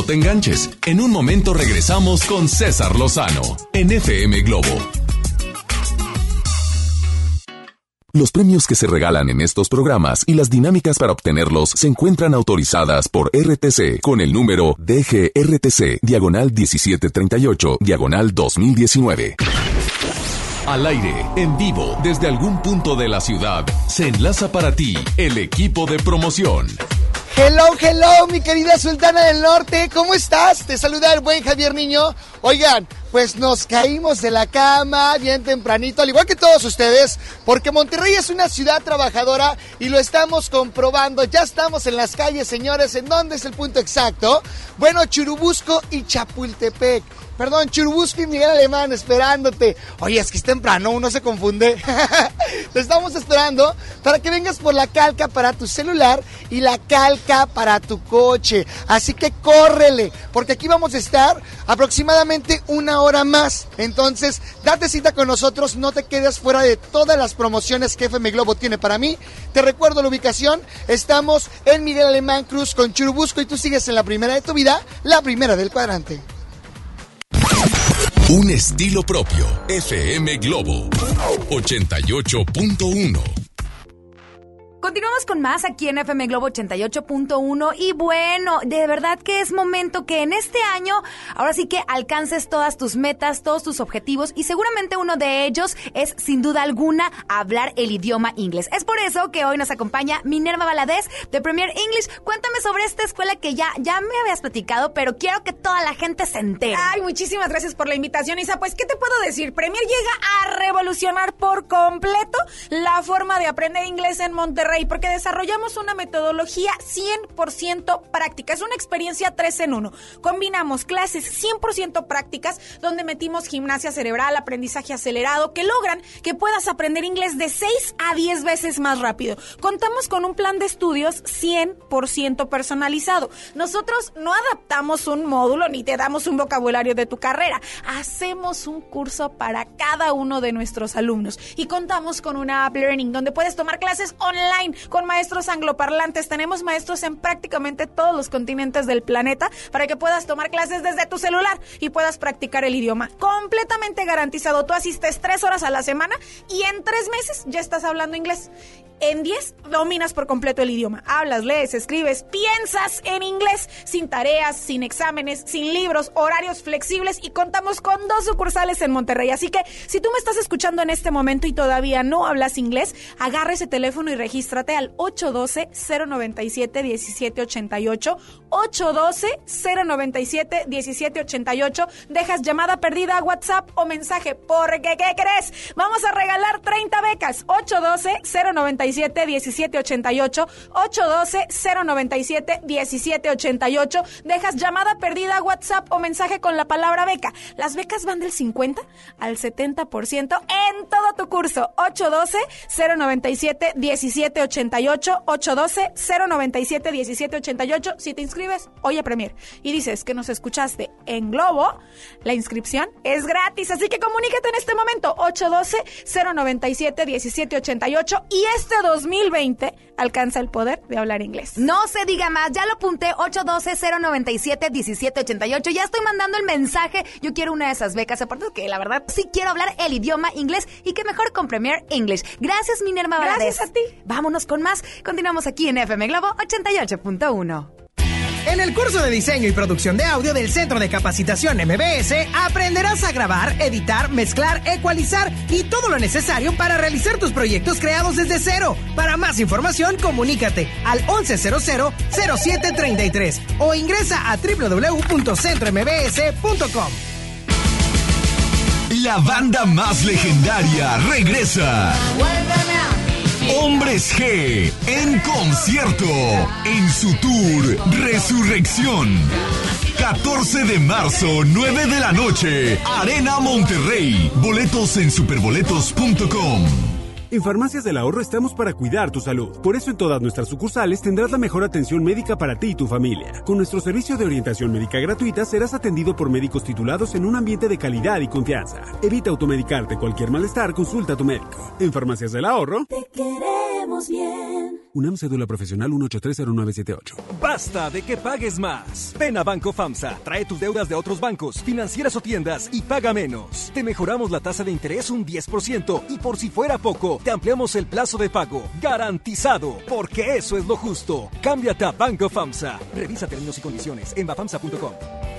no te enganches. En un momento regresamos con César Lozano en F M Globo. Los premios que se regalan en estos programas y las dinámicas para obtenerlos se encuentran autorizadas por R T C con el número D G R T C, diagonal diecisiete treinta y ocho, diagonal dos mil diecinueve. Al aire, en vivo, desde algún punto de la ciudad, se enlaza para ti el equipo de promoción. Hello, hello, mi querida Sultana del Norte, ¿cómo estás? Te saluda el buen Javier Niño. Oigan, pues nos caímos de la cama bien tempranito, al igual que todos ustedes, porque Monterrey es una ciudad trabajadora y lo estamos comprobando. Ya estamos en las calles, señores. ¿En dónde es el punto exacto? Bueno, Churubusco y Chapultepec. Perdón, Churubusco y Miguel Alemán esperándote. Oye, es que es temprano, uno se confunde. Te estamos esperando para que vengas por la calca para tu celular y la calca para tu coche. Así que córrele, porque aquí vamos a estar aproximadamente una hora más. Entonces, date cita con nosotros, no te quedes fuera de todas las promociones que F M Globo tiene para mí. Te recuerdo la ubicación, estamos en Miguel Alemán Cruz con Churubusco y tú sigues en la primera de tu vida, la primera del cuadrante. Un estilo propio. F M Globo ochenta y ocho punto uno. Continuamos con más aquí en F M Globo ochenta y ocho punto uno y bueno, de verdad que es momento que en este año, ahora sí que alcances todas tus metas, todos tus objetivos y seguramente uno de ellos es sin duda alguna hablar el idioma inglés. Es por eso que hoy nos acompaña Minerva Valadez de Premier English. Cuéntame sobre esta escuela que ya, ya me habías platicado, pero quiero que toda la gente se entere. Ay, muchísimas gracias por la invitación, Isa. Pues, ¿qué te puedo decir? Premier llega a revolucionar por completo la forma de aprender inglés en Monterrey, porque desarrollamos una metodología cien por ciento práctica. Es una experiencia tres en uno. Combinamos clases cien por ciento prácticas, donde metimos gimnasia cerebral, aprendizaje acelerado, que logran que puedas aprender inglés de seis a diez veces más rápido. Contamos con un plan de estudios cien por ciento personalizado. Nosotros no adaptamos un módulo ni te damos un vocabulario de tu carrera. Hacemos un curso para cada uno de nuestros alumnos y contamos con una app learning donde puedes tomar clases online con maestros angloparlantes. Tenemos maestros en prácticamente todos los continentes del planeta para que puedas tomar clases desde tu celular y puedas practicar el idioma. Completamente garantizado. Tú asistes tres horas a la semana y en tres meses ya estás hablando inglés. En diez dominas por completo el idioma. Hablas, lees, escribes, piensas en inglés, sin tareas, sin exámenes, sin libros, horarios flexibles y contamos con dos sucursales en Monterrey. Así que si tú me estás escuchando en este momento y todavía no hablas inglés, agarra ese teléfono y regístrate al ocho uno dos, cero nueve siete, uno siete ocho ocho, ocho uno dos, cero nueve siete, uno siete ocho ocho. Dejas llamada perdida, WhatsApp o mensaje, porque ¿qué crees? Vamos a regalar treinta becas. ocho uno dos, cero nueve siete, uno siete ocho ocho, ocho uno dos, cero nueve siete, uno siete ocho ocho. Dejas llamada perdida, WhatsApp o mensaje con la palabra beca. Las becas van del cincuenta al setenta por ciento en todo tu curso. ocho uno dos, cero nueve siete, uno siete ocho ocho, ocho uno dos, cero nueve siete, uno siete ocho ocho. Si te inscribes hoy a Premier y dices que nos escuchaste en Globo, la inscripción es gratis. Así que comunícate en este momento, ocho uno dos, cero nueve siete, uno siete ocho ocho, y este dos mil veinte alcanza el poder de hablar inglés. No se diga más, ya lo apunté, ocho uno dos, cero nueve siete, uno siete ocho ocho. Ya estoy mandando el mensaje. Yo quiero una de esas becas, aparte de que la verdad sí quiero hablar el idioma inglés y que mejor con Premier English. Gracias, Minerva Valadez. Gracias a ti. Vámonos con más. Continuamos aquí en F M Globo ochenta y ocho punto uno. En el curso de diseño y producción de audio del Centro de Capacitación M B S, aprenderás a grabar, editar, mezclar, ecualizar y todo lo necesario para realizar tus proyectos creados desde cero. Para más información, comunícate al once cero cero, cero siete treinta y tres o ingresa a doble u doble u doble u punto centro m b s punto com. La banda más legendaria regresa. Hombres G en concierto en su tour Resurrección. catorce de marzo, nueve de la noche, Arena Monterrey. Boletos en superboletos punto com. En Farmacias del Ahorro estamos para cuidar tu salud. Por eso en todas nuestras sucursales tendrás la mejor atención médica para ti y tu familia. Con nuestro servicio de orientación médica gratuita serás atendido por médicos titulados en un ambiente de calidad y confianza. Evita automedicarte. Cualquier malestar, consulta a tu médico. En Farmacias del Ahorro. Te queremos. hacemos bien. UNAM, cédula profesional uno ocho tres cero nueve siete ocho. Basta de que pagues más. Ven a Banco FAMSA, trae tus deudas de otros bancos, financieras o tiendas y paga menos. Te mejoramos la tasa de interés un diez por ciento y por si fuera poco, te ampliamos el plazo de pago. Garantizado, porque eso es lo justo. Cámbiate a Banco FAMSA. Revisa términos y condiciones en bafamsa punto com.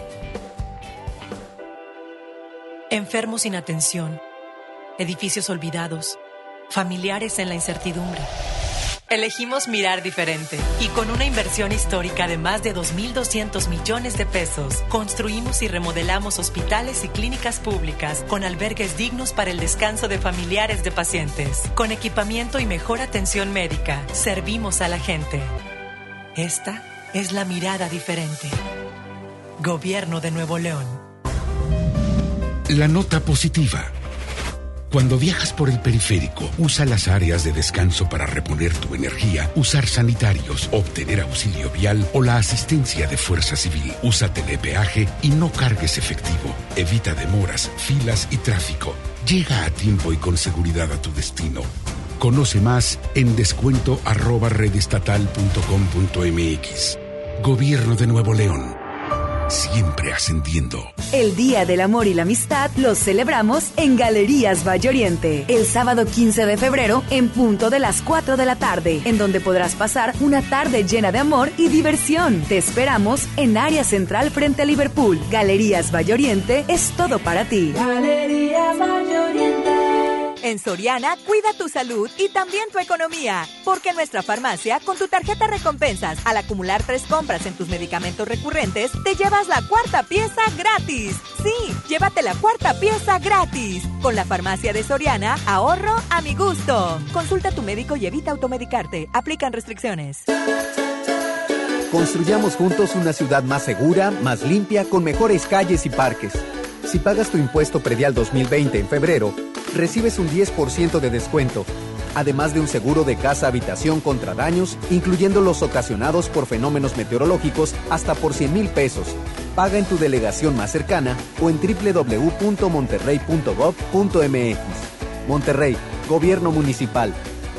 Enfermos sin atención, edificios olvidados, familiares en la incertidumbre. Elegimos mirar diferente y con una inversión histórica de más de dos mil doscientos millones de pesos, construimos y remodelamos hospitales y clínicas públicas con albergues dignos para el descanso de familiares de pacientes. Con equipamiento y mejor atención médica, servimos a la gente. Esta es la mirada diferente. Gobierno de Nuevo León. La nota positiva. Cuando viajas por el periférico, usa las áreas de descanso para reponer tu energía, usar sanitarios, obtener auxilio vial o la asistencia de Fuerza Civil. Usa telepeaje y no cargues efectivo. Evita demoras, filas y tráfico. Llega a tiempo y con seguridad a tu destino. Conoce más en descuento arroba redestatal punto com punto mx. Gobierno de Nuevo León. Siempre ascendiendo. El Día del Amor y la Amistad los celebramos en Galerías Valle Oriente. El sábado quince de febrero, en punto de las cuatro de la tarde, en donde podrás pasar una tarde llena de amor y diversión. Te esperamos en área central frente a Liverpool. Galerías Valle Oriente es todo para ti. Galerías Valle Oriente. En Soriana, cuida tu salud y también tu economía, porque en nuestra farmacia, con tu tarjeta Recompensas, al acumular tres compras en tus medicamentos recurrentes, te llevas la cuarta pieza gratis. Sí, llévate la cuarta pieza gratis. Con la farmacia de Soriana, ahorro a mi gusto. Consulta a tu médico y evita automedicarte. Aplican restricciones. Construyamos juntos una ciudad más segura, más limpia, con mejores calles y parques. Si pagas tu impuesto predial dos mil veinte en febrero, recibes un diez por ciento de descuento, además de un seguro de casa-habitación contra daños, incluyendo los ocasionados por fenómenos meteorológicos, hasta por cien mil pesos. Paga en tu delegación más cercana o en doble u doble u doble u punto monterrey punto gob punto m x. Monterrey, Gobierno Municipal.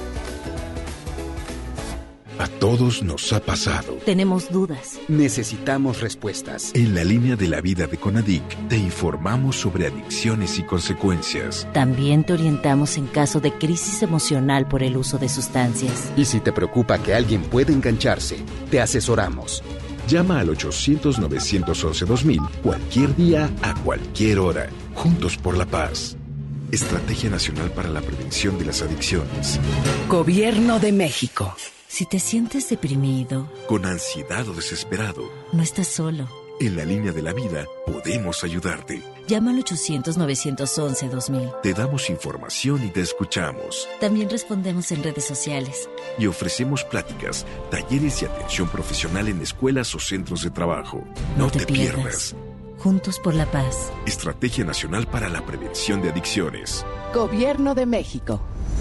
A todos nos ha pasado. Tenemos dudas. Necesitamos respuestas. En la línea de la vida de CONADIC te informamos sobre adicciones y consecuencias. También te orientamos en caso de crisis emocional por el uso de sustancias. Y si te preocupa que alguien pueda engancharse, te asesoramos. Llama al ochocientos, novecientos once, dos mil cualquier día, a cualquier hora. Juntos por la paz. Estrategia Nacional para la Prevención de las Adicciones. Gobierno de México. Si te sientes deprimido, con ansiedad o desesperado, no estás solo. En la línea de la vida podemos ayudarte. Llama al ochocientos, novecientos once, dos mil. Te damos información y te escuchamos. También respondemos en redes sociales. Y ofrecemos pláticas, talleres y atención profesional en escuelas o centros de trabajo. No, no te, te pierdas. pierdas. Juntos por la paz. Estrategia Nacional para la Prevención de Adicciones. Gobierno de México.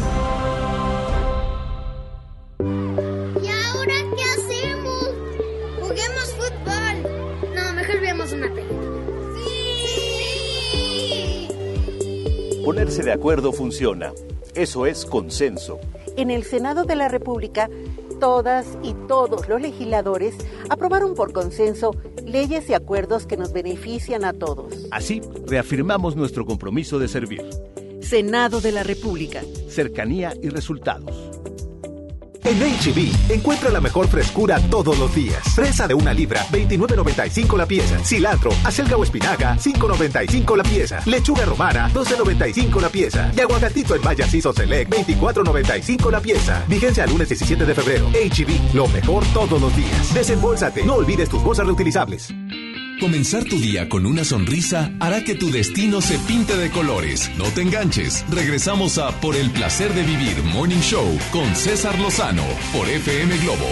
¿Y ahora qué hacemos? Juguemos fútbol. No, mejor veamos una película. ¡Sí! Ponerse de acuerdo funciona. Eso es consenso. En el Senado de la República, todas y todos los legisladores aprobaron por consenso leyes y acuerdos que nos benefician a todos. Así, reafirmamos nuestro compromiso de servir. Senado de la República. Cercanía y resultados. En H E B, encuentra la mejor frescura todos los días. Fresa de una libra, veintinueve noventa y cinco la pieza. Cilantro, acelga o espinaca, cinco noventa y cinco la pieza. Lechuga romana, doce noventa y cinco la pieza. Y aguacatito en Maya Ciso Select, veinticuatro noventa y cinco la pieza. Vigencia al lunes diecisiete de febrero. H E B, lo mejor todos los días. Desembolsate, no olvides tus bolsas reutilizables. Comenzar tu día con una sonrisa hará que tu destino se pinte de colores. No te enganches. Regresamos a Por el Placer de Vivir Morning Show con César Lozano por F M Globo.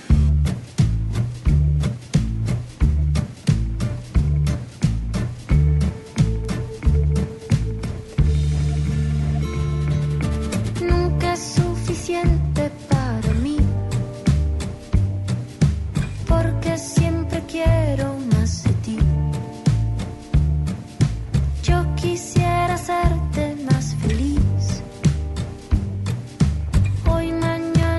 Nunca es suficiente para mí, porque siempre quiero más de ti. Yo quisiera hacerte más feliz. Hoy, mañana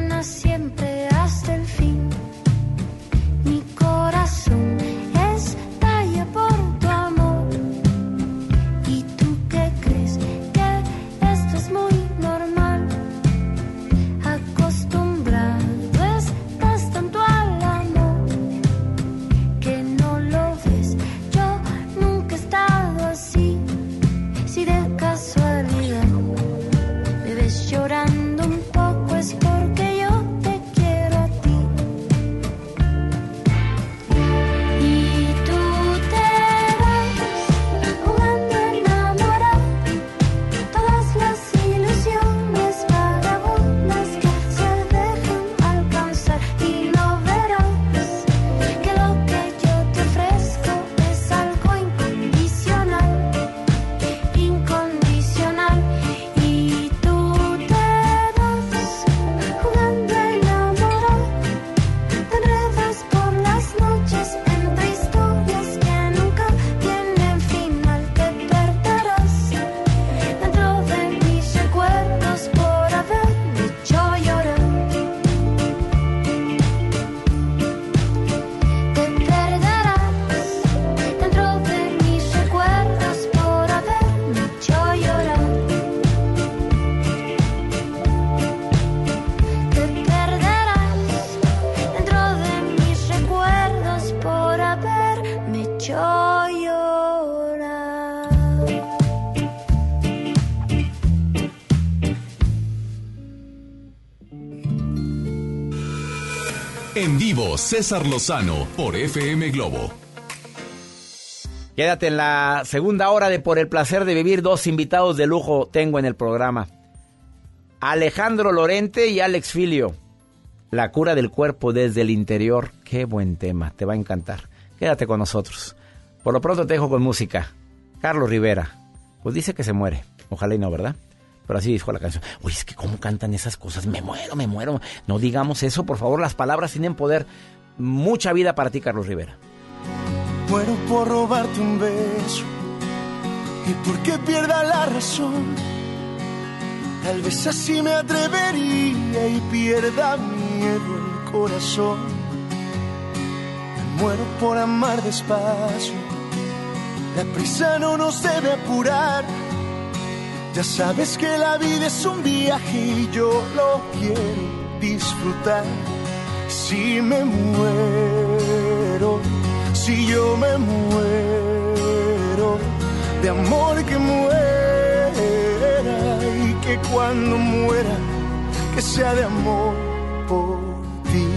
En vivo, César Lozano por F M Globo. Quédate en la segunda hora de Por el Placer de Vivir. Dos invitados de lujo tengo en el programa. Alejandro Lorente y Alex Filio. La cura del cuerpo desde el interior. Qué buen tema, te va a encantar. Quédate con nosotros. Por lo pronto te dejo con música. Carlos Rivera. Pues dice que se muere. Ojalá y no, ¿verdad? Pero así dijo la canción. Uy, es que cómo cantan esas cosas. Me muero, me muero. No digamos eso, por favor. Las palabras tienen poder. Mucha vida para ti, Carlos Rivera. Muero por robarte un beso y porque pierda la razón. Tal vez así me atrevería y pierda miedo el corazón. Me muero por amar despacio. La prisa no nos debe apurar. Ya sabes que la vida es un viaje y yo lo quiero disfrutar. Si me muero, si yo me muero, de amor que muera, y que cuando muera, que sea de amor por ti.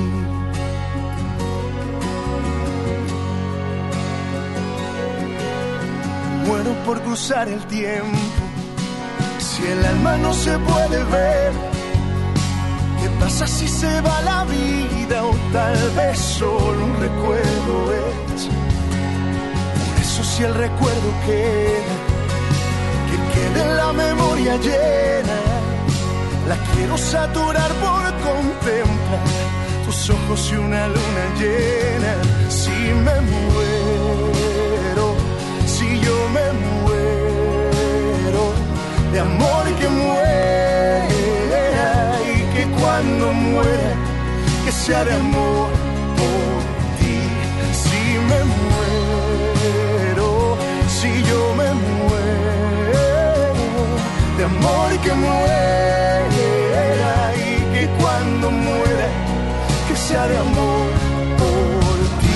Muero por cruzar el tiempo, si el alma no se puede ver. ¿Qué pasa si se va la vida o tal vez solo un recuerdo es? Por eso si el recuerdo queda, que quede en la memoria llena. La quiero saturar por contemplar tus ojos y una luna llena. Si me muero, si yo me muero, de amor que muera, y que cuando muera, que sea de amor por ti. Si me muero, si yo me muero, de amor que muera, y que cuando muera, que sea de amor por ti.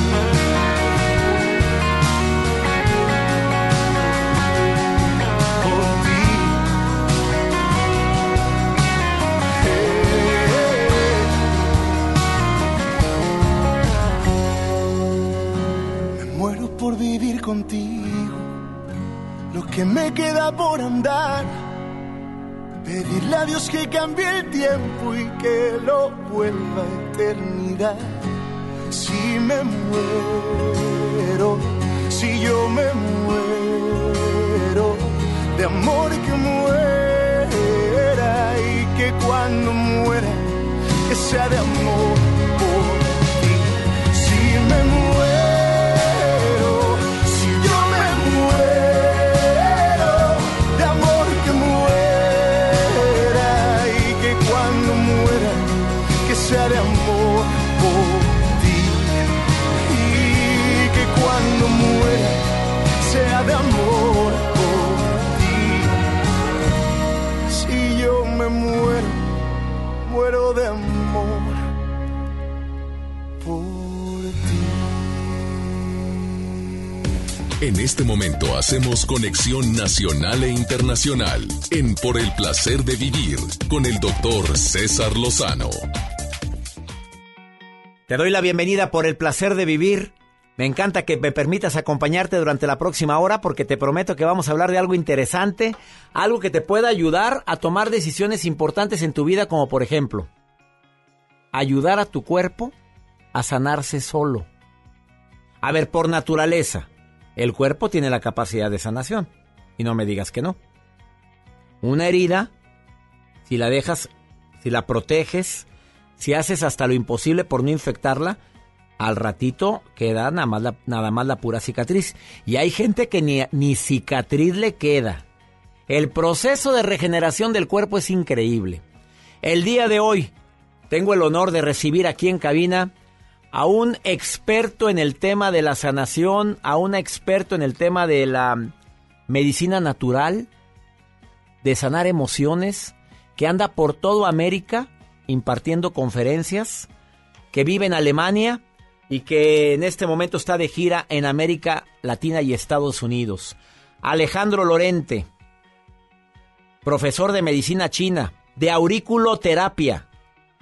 Por vivir contigo, lo que me queda por andar, pedirle a Dios que cambie el tiempo y que lo vuelva a eternidad. Si me muero, si yo me muero, de amor que muera, y que cuando muera, que sea de amor por ti. Si me muero, sea de amor por ti, y que cuando muera sea de amor por ti. Si yo me muero, muero de amor por ti. En este momento hacemos conexión nacional e internacional en Por el Placer de Vivir con el doctor César Lozano. Te doy la bienvenida Por el Placer de Vivir. Me encanta que me permitas acompañarte durante la próxima hora porque te prometo que vamos a hablar de algo interesante, algo que te pueda ayudar a tomar decisiones importantes en tu vida, como por ejemplo, ayudar a tu cuerpo a sanarse solo. A ver, por naturaleza, el cuerpo tiene la capacidad de sanación. Y no me digas que no. Una herida, si la dejas, si la proteges, si haces hasta lo imposible por no infectarla, al ratito queda nada más la, nada más la pura cicatriz. Y hay gente que ni, ni cicatriz le queda. El proceso de regeneración del cuerpo es increíble. El día de hoy tengo el honor de recibir aquí en cabina a un experto en el tema de la sanación, a un experto en el tema de la medicina natural, de sanar emociones, que anda por toda América impartiendo conferencias, que vive en Alemania y que en este momento está de gira en América Latina y Estados Unidos. Alejandro Lorente, profesor de medicina china, de auriculoterapia.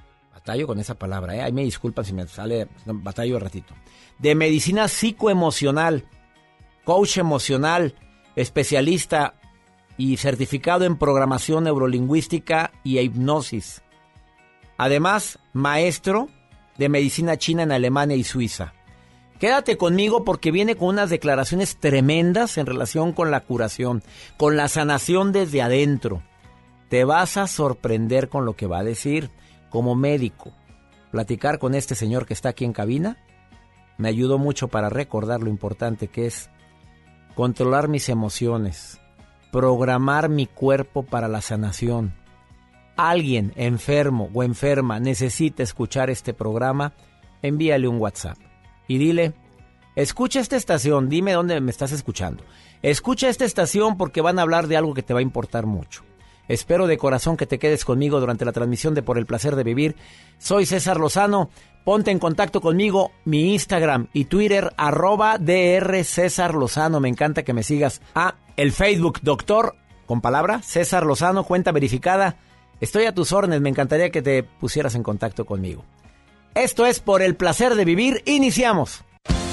batallo con esa palabra, ¿eh? Ahí me disculpan si me sale, batallo de ratito. De medicina psicoemocional, coach emocional, especialista y certificado en programación neurolingüística y hipnosis. Además, maestro de medicina china en Alemania y Suiza. Quédate conmigo porque viene con unas declaraciones tremendas en relación con la curación, con la sanación desde adentro. Te vas a sorprender con lo que va a decir. Como médico, platicar con este señor que está aquí en cabina me ayudó mucho para recordar lo importante que es controlar mis emociones, programar mi cuerpo para la sanación. Alguien enfermo o enferma necesita escuchar este programa, envíale un WhatsApp y dile, escucha esta estación, dime dónde me estás escuchando. Escucha esta estación porque van a hablar de algo que te va a importar mucho. Espero de corazón que te quedes conmigo durante la transmisión de Por el Placer de Vivir. Soy César Lozano. Ponte en contacto conmigo, mi Instagram y Twitter, arroba DR César Lozano. Me encanta que me sigas. Ah, el Facebook, doctor, con palabra, César Lozano, cuenta verificada. Estoy a tus órdenes, me encantaría que te pusieras en contacto conmigo. Esto es Por el Placer de Vivir. Iniciamos.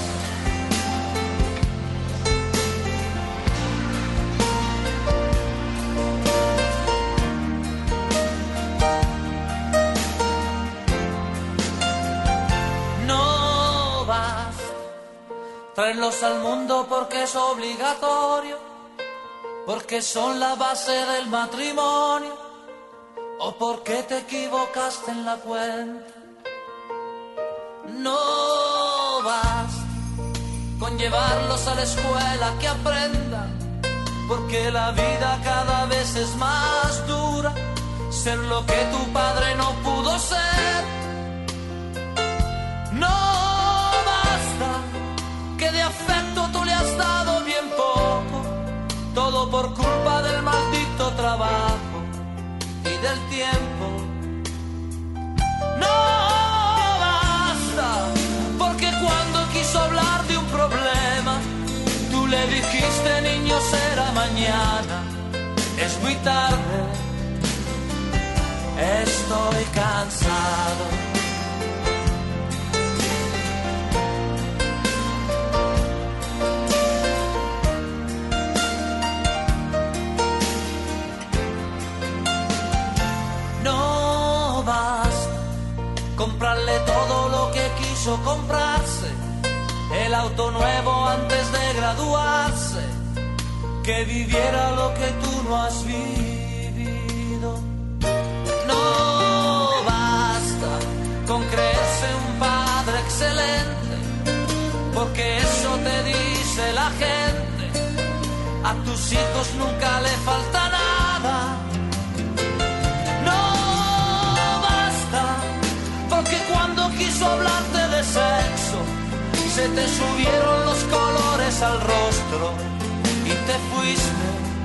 Traerlos al mundo porque es obligatorio, porque son la base del matrimonio, o porque te equivocaste en la cuenta. No basta con llevarlos a la escuela que aprendan, porque la vida cada vez es más dura, ser lo que tu padre no pudo ser. No que de afecto tú le has dado bien poco, todo por culpa del maldito trabajo y del tiempo. No basta, porque cuando quiso hablar de un problema, tú le dijiste, niño, será mañana, es muy tarde, estoy cansado. Comprarle todo lo que quiso comprarse, el auto nuevo antes de graduarse, que viviera lo que tú no has vivido. No basta con creerse un padre excelente, porque eso te dice la gente, a tus hijos nunca le falta nada. Porque cuando quiso hablarte de sexo, se te subieron los colores al rostro y te fuiste.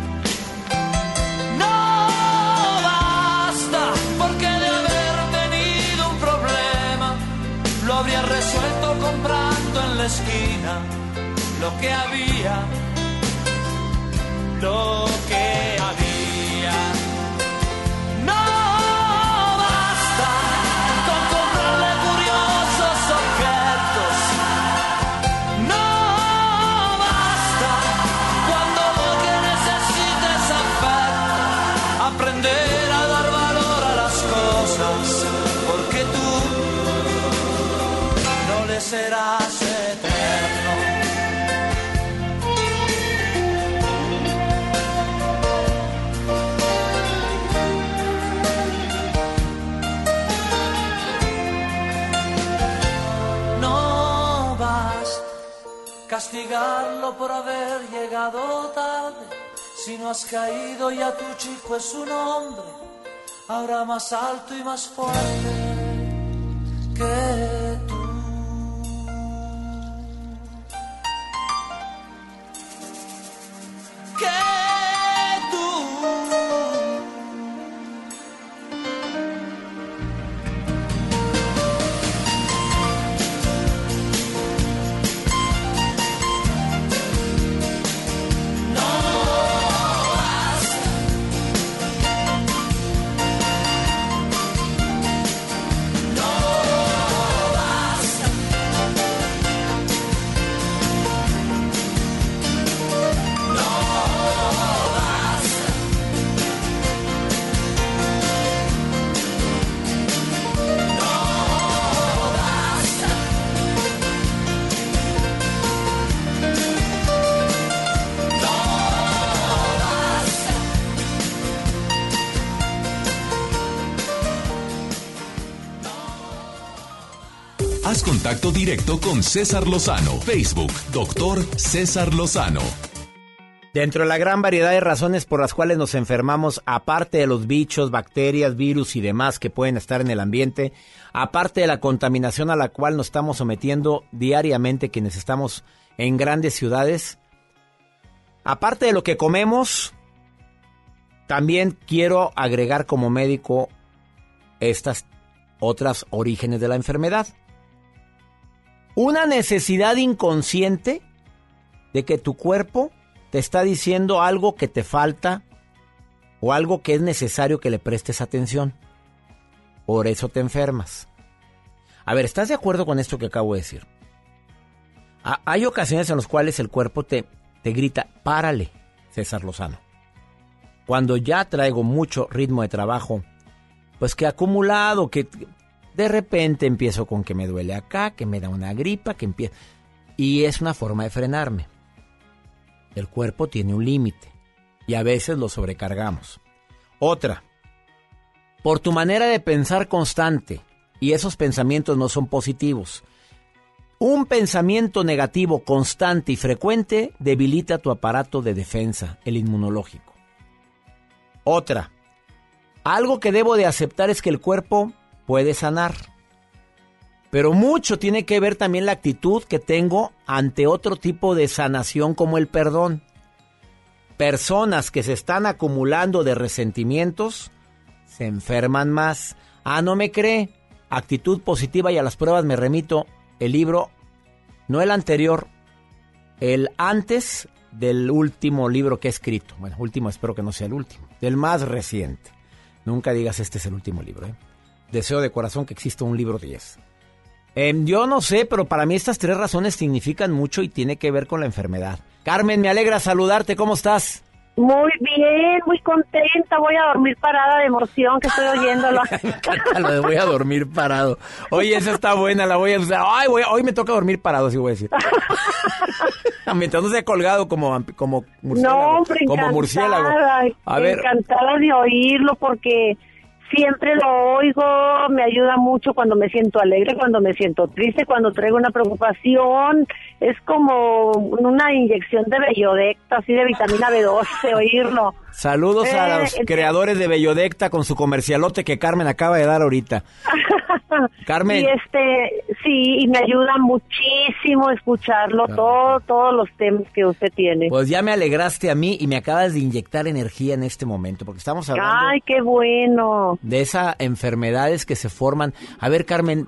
No basta, porque de haber tenido un problema, lo habría resuelto comprando en la esquina lo que había, lo que había. No serás eterno. No basta castigarlo por haber llegado tarde, si no has caído ya tu chico es un hombre, ahora más alto y más fuerte que tú. No contacto directo con César Lozano. Facebook, doctor César Lozano. Dentro de la gran variedad de razones por las cuales nos enfermamos, aparte de los bichos, bacterias, virus y demás que pueden estar en el ambiente, aparte de la contaminación a la cual nos estamos sometiendo diariamente quienes estamos en grandes ciudades, aparte de lo que comemos, también quiero agregar como médico estas otras orígenes de la enfermedad. Una necesidad inconsciente de que tu cuerpo te está diciendo algo que te falta o algo que es necesario que le prestes atención. Por eso te enfermas. A ver, ¿estás de acuerdo con esto que acabo de decir? A- hay ocasiones en las cuales el cuerpo te, te grita, párale, César Lozano. Cuando ya traigo mucho ritmo de trabajo, pues que acumulado, que de repente empiezo con que me duele acá, que me da una gripa, que empieza... Y es una forma de frenarme. El cuerpo tiene un límite y a veces lo sobrecargamos. Otra, por tu manera de pensar constante, y esos pensamientos no son positivos. Un pensamiento negativo constante y frecuente debilita tu aparato de defensa, el inmunológico. Otra, algo que debo de aceptar es que el cuerpo puede sanar. Pero mucho tiene que ver también la actitud que tengo ante otro tipo de sanación como el perdón. Personas que se están acumulando de resentimientos se enferman más. Ah, ¿no me cree? Actitud positiva y a las pruebas me remito. El libro, no el anterior, el antes del último libro que he escrito. Bueno, último, espero que no sea el último. Del más reciente. Nunca digas este es el último libro, ¿eh? Deseo de corazón que exista un libro diez. Eh, yo no sé, pero para mí estas tres razones significan mucho y tiene que ver con la enfermedad. Carmen, me alegra saludarte. ¿Cómo estás? Muy bien, muy contenta. Voy a dormir parada de emoción que estoy oyéndolo. Me encanta lo de voy a dormir parado. Oye, esa está buena, la voy a usar. Ay, voy a, hoy me toca dormir parado, así voy a decir. Mientras no sea colgado como, como murciélago. No, hombre, como murciélago. A ver. Encantada de oírlo porque siempre lo oigo, me ayuda mucho cuando me siento alegre, cuando me siento triste, cuando traigo una preocupación. Es como una inyección de Bellodecta, así de vitamina B doce, oírlo. Saludos eh, a los el... creadores de Bellodecta con su comercialote que Carmen acaba de dar ahorita. Carmen. Y este, sí, y me ayuda muchísimo escucharlo, claro. todo, todos los temas que usted tiene. Pues ya me alegraste a mí y me acabas de inyectar energía en este momento, porque estamos hablando... ¡Ay, qué bueno! De esas enfermedades que se forman. A ver, Carmen,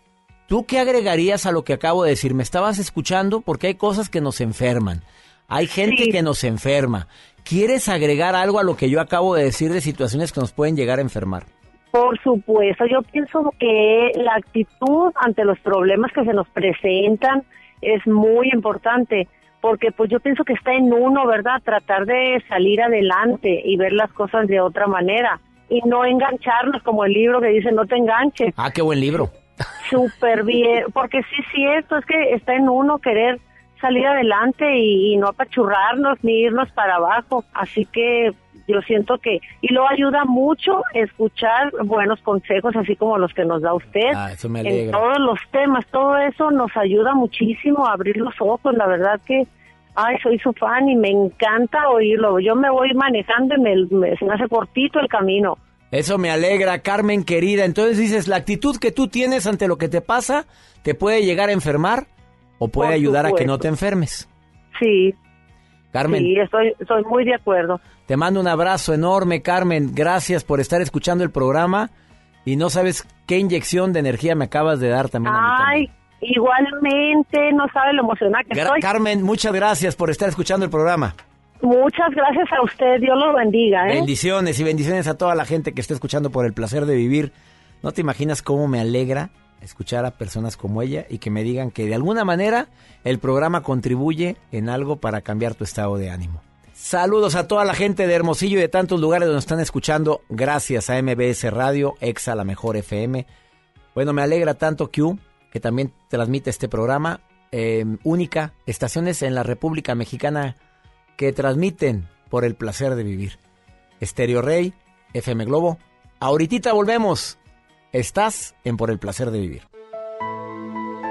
¿tú qué agregarías a lo que acabo de decir? ¿Me estabas escuchando? Porque hay cosas que nos enferman. Hay gente sí. que nos enferma. ¿Quieres agregar algo a lo que yo acabo de decir de situaciones que nos pueden llegar a enfermar? Por supuesto, yo pienso que la actitud ante los problemas que se nos presentan es muy importante, porque pues yo pienso que está en uno, ¿verdad? Tratar de salir adelante y ver las cosas de otra manera y no engancharnos como el libro que dice no te enganches. Ah, qué buen libro. Súper bien, porque sí es cierto, es que está en uno querer salir adelante y, y no apachurrarnos ni irnos para abajo, así que yo siento que, y lo ayuda mucho escuchar buenos consejos, así como los que nos da usted. Ah, eso me alegra. En todos los temas, todo eso nos ayuda muchísimo a abrir los ojos, la verdad que, ay, soy su fan y me encanta oírlo. Yo me voy manejando y me, me, se me hace cortito el camino. Eso me alegra, Carmen querida. Entonces dices, la actitud que tú tienes ante lo que te pasa, te puede llegar a enfermar o puede Por ayudar supuesto. a que no te enfermes. Sí. Carmen. Sí, estoy, estoy muy de acuerdo. Te mando un abrazo enorme, Carmen. Gracias por estar escuchando el programa. Y no sabes qué inyección de energía me acabas de dar también. Ay, igualmente, no sabe lo emocionada que Gra- estoy. Carmen, muchas gracias por estar escuchando el programa. Muchas gracias a usted, Dios lo bendiga, ¿eh? Bendiciones y bendiciones a toda la gente que está escuchando por el placer de vivir. No te imaginas cómo me alegra escuchar a personas como ella y que me digan que de alguna manera el programa contribuye en algo para cambiar tu estado de ánimo. Saludos a toda la gente de Hermosillo y de tantos lugares donde nos están escuchando. Gracias a M B S Radio, Exa, la mejor F M. Bueno, me alegra tanto Q, que también transmite este programa. Eh, única, estaciones en la República Mexicana que transmiten por el placer de vivir. Estéreo Rey, F M Globo. Ahorita volvemos. Estás en Por el placer de vivir.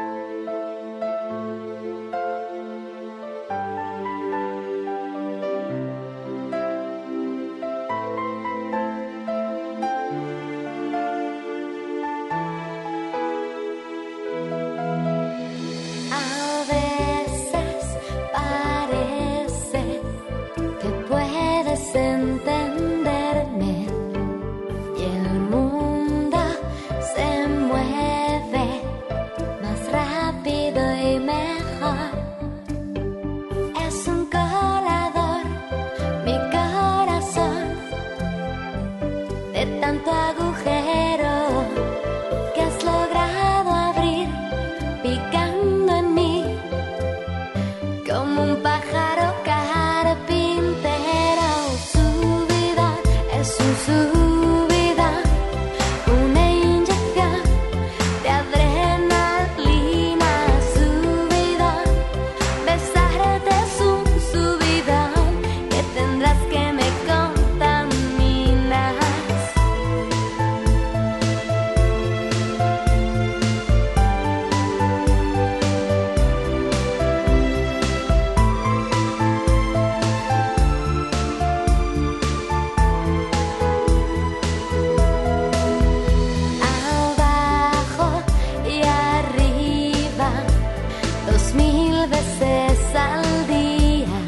como un pájaro carpintero. Su vida es un subida, una inyección de adrenalina. Su vida, besarte es un subidón que tendrás que me contaminas. Abajo y arriba, dos mil veces al día.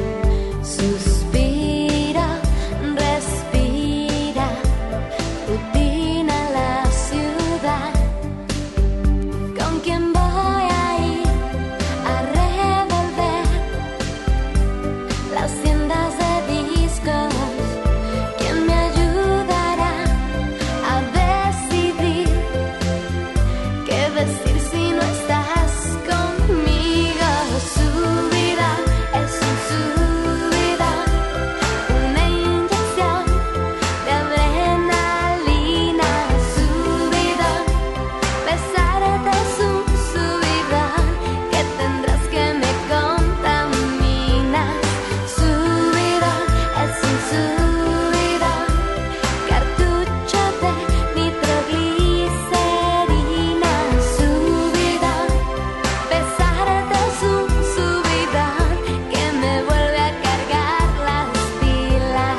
Suspira, respira, rutina la ciudad. ¿Con quién voy a ir a revolver las tiendas de discos? ¿Quién me ayudará a decidir qué vestir si no estás conmigo? Su vida es un subida, una inyección de adrenalina. Su vida, besarte es un subidón que tendrás que me contaminas. Su vida es un subidón, cartucho de nitroglicerina. Su vida, besarte es un subidón que me vuelve a cargar las pilas.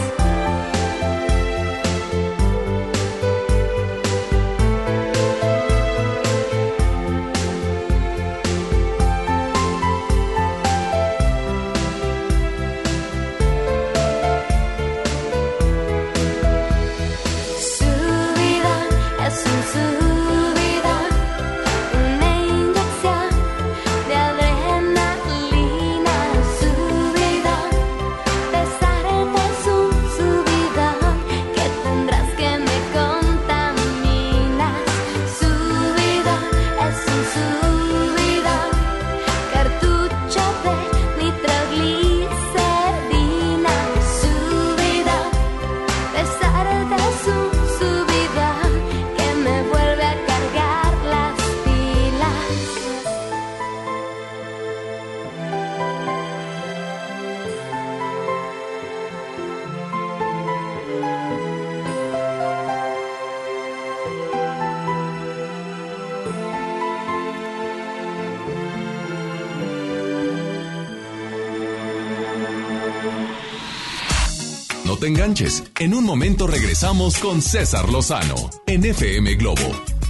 Su vida es un subidón, una inyección de adrenalina. Su vida, besarte es un subidón que tendrás que me contaminas. Su vida es un subidón, cartucho de nitroglicerina. Su vida, besarte es un subidón que me vuelve a cargar las pilas. No te enganches. En un momento regresamos con César Lozano en F M Globo.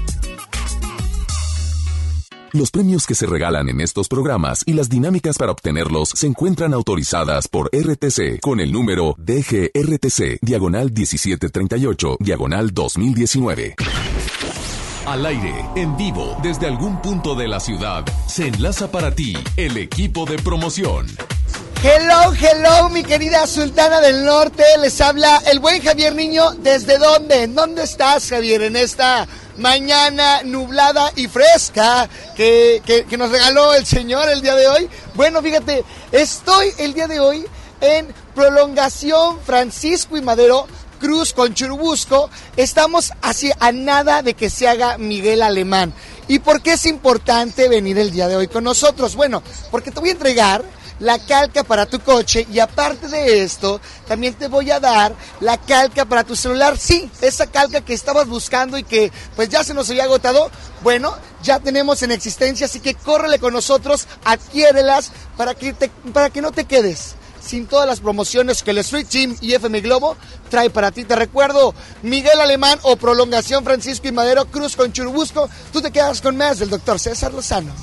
Los premios que se regalan en estos programas y las dinámicas para obtenerlos se encuentran autorizadas por R T C con el número D G R T C, diagonal diecisiete treinta y ocho, diagonal dos mil diecinueve. Al aire, en vivo, desde algún punto de la ciudad, se enlaza para ti el equipo de promoción. Hello, hello, mi querida Sultana del Norte. Les habla el buen Javier Niño. ¿Desde dónde? ¿En dónde estás, Javier? En esta mañana nublada y fresca que, que, que nos regaló el Señor el día de hoy. Bueno, fíjate, estoy el día de hoy en Prolongación Francisco y Madero, Cruz con Churubusco. Estamos así a nada de que se haga Miguel Alemán. ¿Y por qué es importante venir el día de hoy con nosotros? Bueno, porque te voy a entregar la calca para tu coche y aparte de esto, también te voy a dar la calca para tu celular. Sí, esa calca que estabas buscando y que pues ya se nos había agotado, bueno, ya tenemos en existencia, así que córrele con nosotros, adquiérelas para que, te, para que no te quedes sin todas las promociones que el Street Team y F M Globo trae para ti. Te recuerdo, Miguel Alemán o Prolongación Francisco y Madero, Cruz con Churubusco. Tú te quedas con más del doctor César Lozano.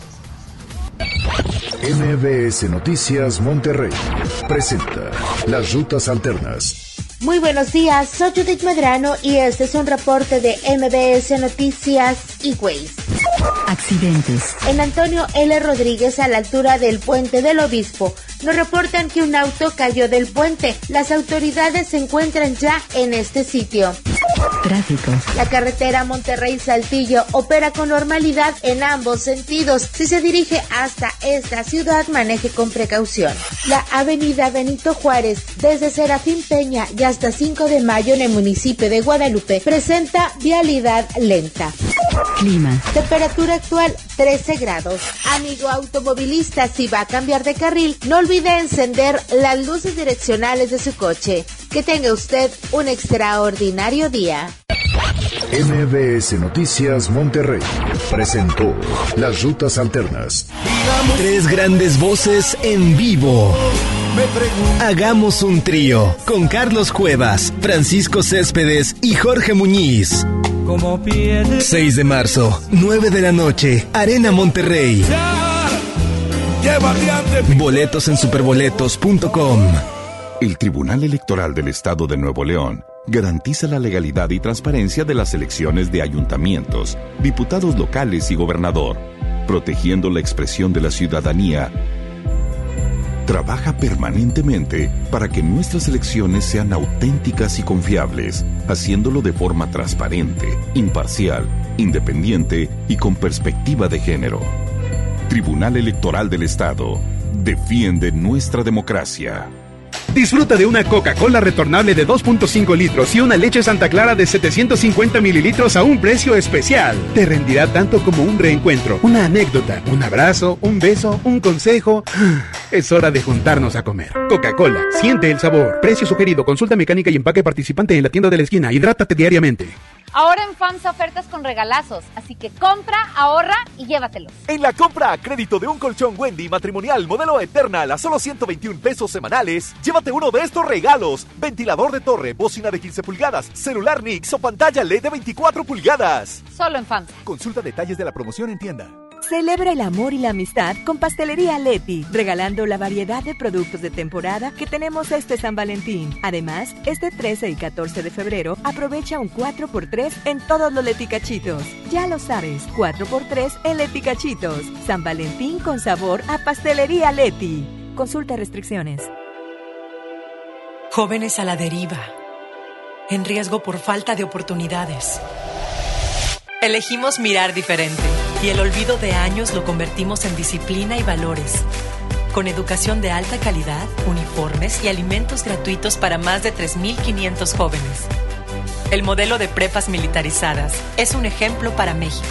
M B S Noticias Monterrey presenta Las Rutas Alternas. Muy buenos días, soy Judith Medrano y este es un reporte de M B S Noticias y Waze. Accidentes. En Antonio L. Rodríguez, a la altura del Puente del Obispo, nos reportan que un auto cayó del puente. Las autoridades se encuentran ya en este sitio. Tráfico. La carretera Monterrey-Saltillo opera con normalidad en ambos sentidos. Si se dirige hasta esta ciudad, maneje con precaución. La avenida Benito Juárez, desde Serafín Peña y hasta cinco de mayo en el municipio de Guadalupe, presenta vialidad lenta. Clima. Temperatura actual trece grados. Amigo automovilista, si va a cambiar de carril, no olvide encender las luces direccionales de su coche. Que tenga usted un extraordinario día. M B S Noticias Monterrey presentó Las Rutas Alternas. Tres grandes voces en vivo. Hagamos un trío con Carlos Cuevas, Francisco Céspedes y Jorge Muñiz. seis de marzo, nueve de la noche, Arena Monterrey. Boletos en superboletos punto com. El Tribunal Electoral del Estado de Nuevo León garantiza la legalidad y transparencia de las elecciones de ayuntamientos, diputados locales y gobernador, protegiendo la expresión de la ciudadanía. Trabaja permanentemente para que nuestras elecciones sean auténticas y confiables, haciéndolo de forma transparente, imparcial, independiente y con perspectiva de género. Tribunal Electoral del Estado. Defiende nuestra democracia. Disfruta de una Coca-Cola retornable de dos punto cinco litros y una leche Santa Clara de setecientos cincuenta mililitros a un precio especial. Te rendirá tanto como un reencuentro, una anécdota, un abrazo, un beso, un consejo. Es hora de juntarnos a comer. Coca-Cola, siente el sabor. Precio sugerido, consulta mecánica y empaque participante en la tienda de la esquina. Hidrátate diariamente. Ahora en FAMSA ofertas con regalazos, así que compra, ahorra y llévatelos. En la compra a crédito de un colchón Wendy matrimonial modelo Eternal a solo ciento veintiún pesos semanales, llévate uno de estos regalos: ventilador de torre, bocina de quince pulgadas, celular Nix o pantalla L E D de veinticuatro pulgadas. Solo en FAMSA. Consulta detalles de la promoción en tienda. Celebra el amor y la amistad con Pastelería Leti, regalando la variedad de productos de temporada que tenemos este San Valentín. Además, este trece y catorce de febrero, aprovecha un cuatro por tres en todos los Leticachitos. Ya lo sabes, cuatro por tres en Leticachitos. San Valentín con sabor a Pastelería Leti. Consulta restricciones. Jóvenes a la deriva, en riesgo por falta de oportunidades. Elegimos mirar diferente y el olvido de años lo convertimos en disciplina y valores. Con educación de alta calidad, uniformes y alimentos gratuitos para más de tres mil quinientos jóvenes. El modelo de prepas militarizadas es un ejemplo para México.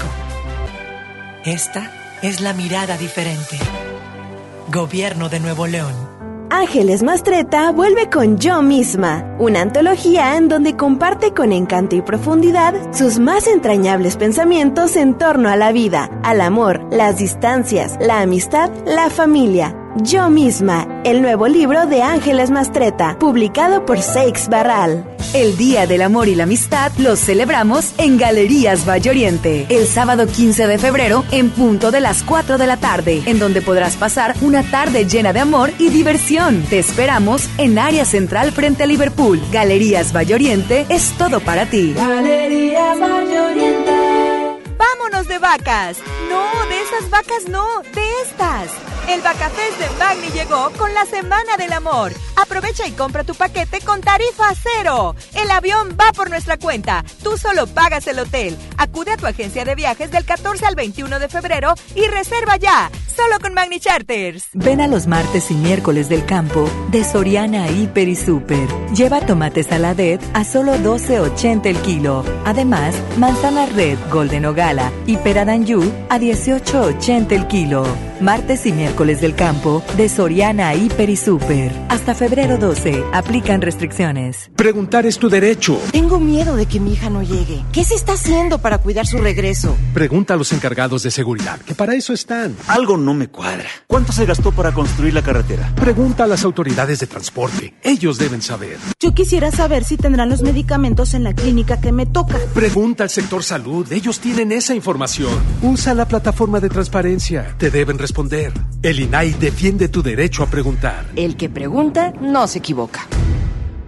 Esta es la mirada diferente. Gobierno de Nuevo León. Ángeles Mastretta vuelve con Yo Misma, una antología en donde comparte con encanto y profundidad sus más entrañables pensamientos en torno a la vida, al amor, las distancias, la amistad, la familia. Yo Misma, el nuevo libro de Ángeles Mastretta, publicado por Seix Barral. El Día del Amor y la Amistad los celebramos en Galerías Valle Oriente, el sábado quince de febrero en punto de las cuatro de la tarde, en donde podrás pasar una tarde llena de amor y diversión. Te esperamos en área central frente a Liverpool. Galerías Valle Oriente es todo para ti. Galerías Valle Oriente. ¡Vámonos de vacas! No, de esas vacas no, de estas. El Vacafest de Magni llegó con la Semana del Amor. Aprovecha y compra tu paquete con tarifa cero. El avión va por nuestra cuenta. Tú solo pagas el hotel. Acude a tu agencia de viajes del catorce al veintiuno de febrero y reserva ya. Solo con Magni Charters. Ven a los martes y miércoles del campo de Soriana Hiper y Super. Lleva tomate saladet a solo doce ochenta el kilo. Además, manzana red Golden Ogala y pera Danju a dieciocho ochenta el kilo. Martes y miércoles del campo de Soriana Hiper y Super. Hasta febrero doce. Aplican restricciones. Preguntar es tu derecho. Tengo miedo de que mi hija no llegue. ¿Qué se está haciendo para cuidar su regreso? Pregunta a los encargados de seguridad, que para eso están. Algo no me cuadra. ¿Cuánto se gastó para construir la carretera? Pregunta a las autoridades de transporte. Ellos deben saber. Yo quisiera saber si tendrán los medicamentos en la clínica que me toca. Pregunta al sector salud. Ellos tienen esa información. Usa la plataforma de transparencia. Te deben responder. El I N A I defiende tu derecho a preguntar. El que pregunta no se equivoca.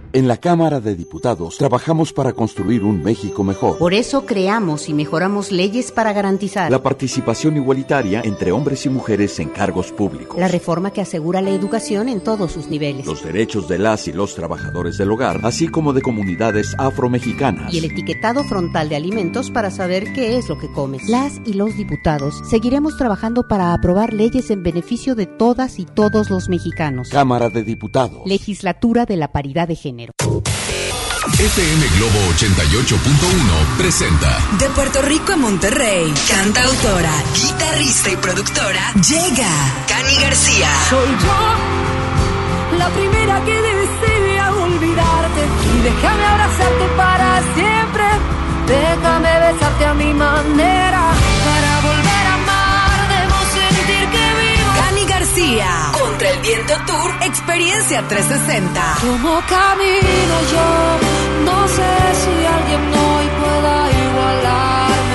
En la Cámara de Diputados trabajamos para construir un México mejor. Por eso creamos y mejoramos leyes para garantizar la participación igualitaria entre hombres y mujeres en cargos públicos. La reforma que asegura la educación en todos sus niveles. Los derechos de las y los trabajadores del hogar, así como de comunidades afromexicanas. Y el etiquetado frontal de alimentos para saber qué es lo que comes. Las y los diputados seguiremos trabajando para aprobar leyes en beneficio de todas y todos los mexicanos. Cámara de Diputados. Legislatura de la Paridad de Género. F M Globo ochenta y ocho punto uno presenta. De Puerto Rico a Monterrey, cantautora, guitarrista y productora, llega Cani García. Soy yo, la primera que desea olvidarte y déjame abrazarte para siempre. Déjame besarte a mi manera para volver a amar. Debo sentir que vivo. Cani García, Contra el Viento Tour, Experiencia trescientos sesenta. ¿Cómo camino yo? No sé si alguien hoy pueda igualarme.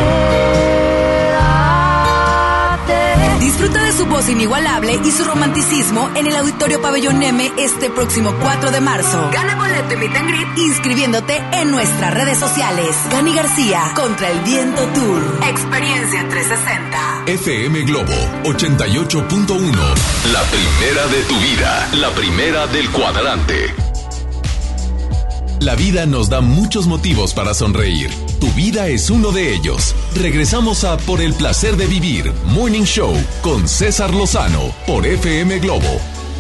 Quédate. Disfruta de su voz inigualable y su romanticismo en el Auditorio Pabellón M este próximo cuatro de marzo. Gana boleto y meet and greet inscribiéndote en nuestras redes sociales. Cani García, Contra el Viento Tour, Experiencia trescientos sesenta. F M Globo ochenta y ocho punto uno. La primera de tu vida, la primera del cuadrante. La vida nos da muchos motivos para sonreír. Tu vida es uno de ellos. Regresamos a Por el Placer de Vivir, Morning Show, con César Lozano, por F M Globo.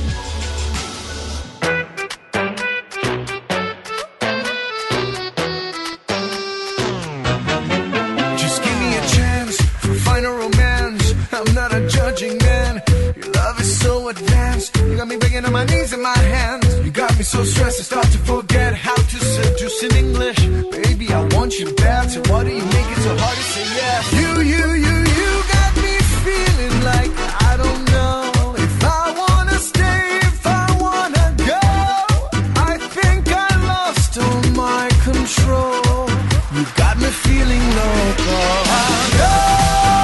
Just give me a chance for final romance. I'm not a judging man. Your love is so advanced. You got me begging on my knees and my hands. You got me so stressed I start to forget how to seduce in English. Baby, I want you bad, so why do you make it so hard to say yes? You, you, you, you got me feeling like I don't know if I wanna stay, if I wanna go. I think I lost all my control. You got me feeling loco. I know.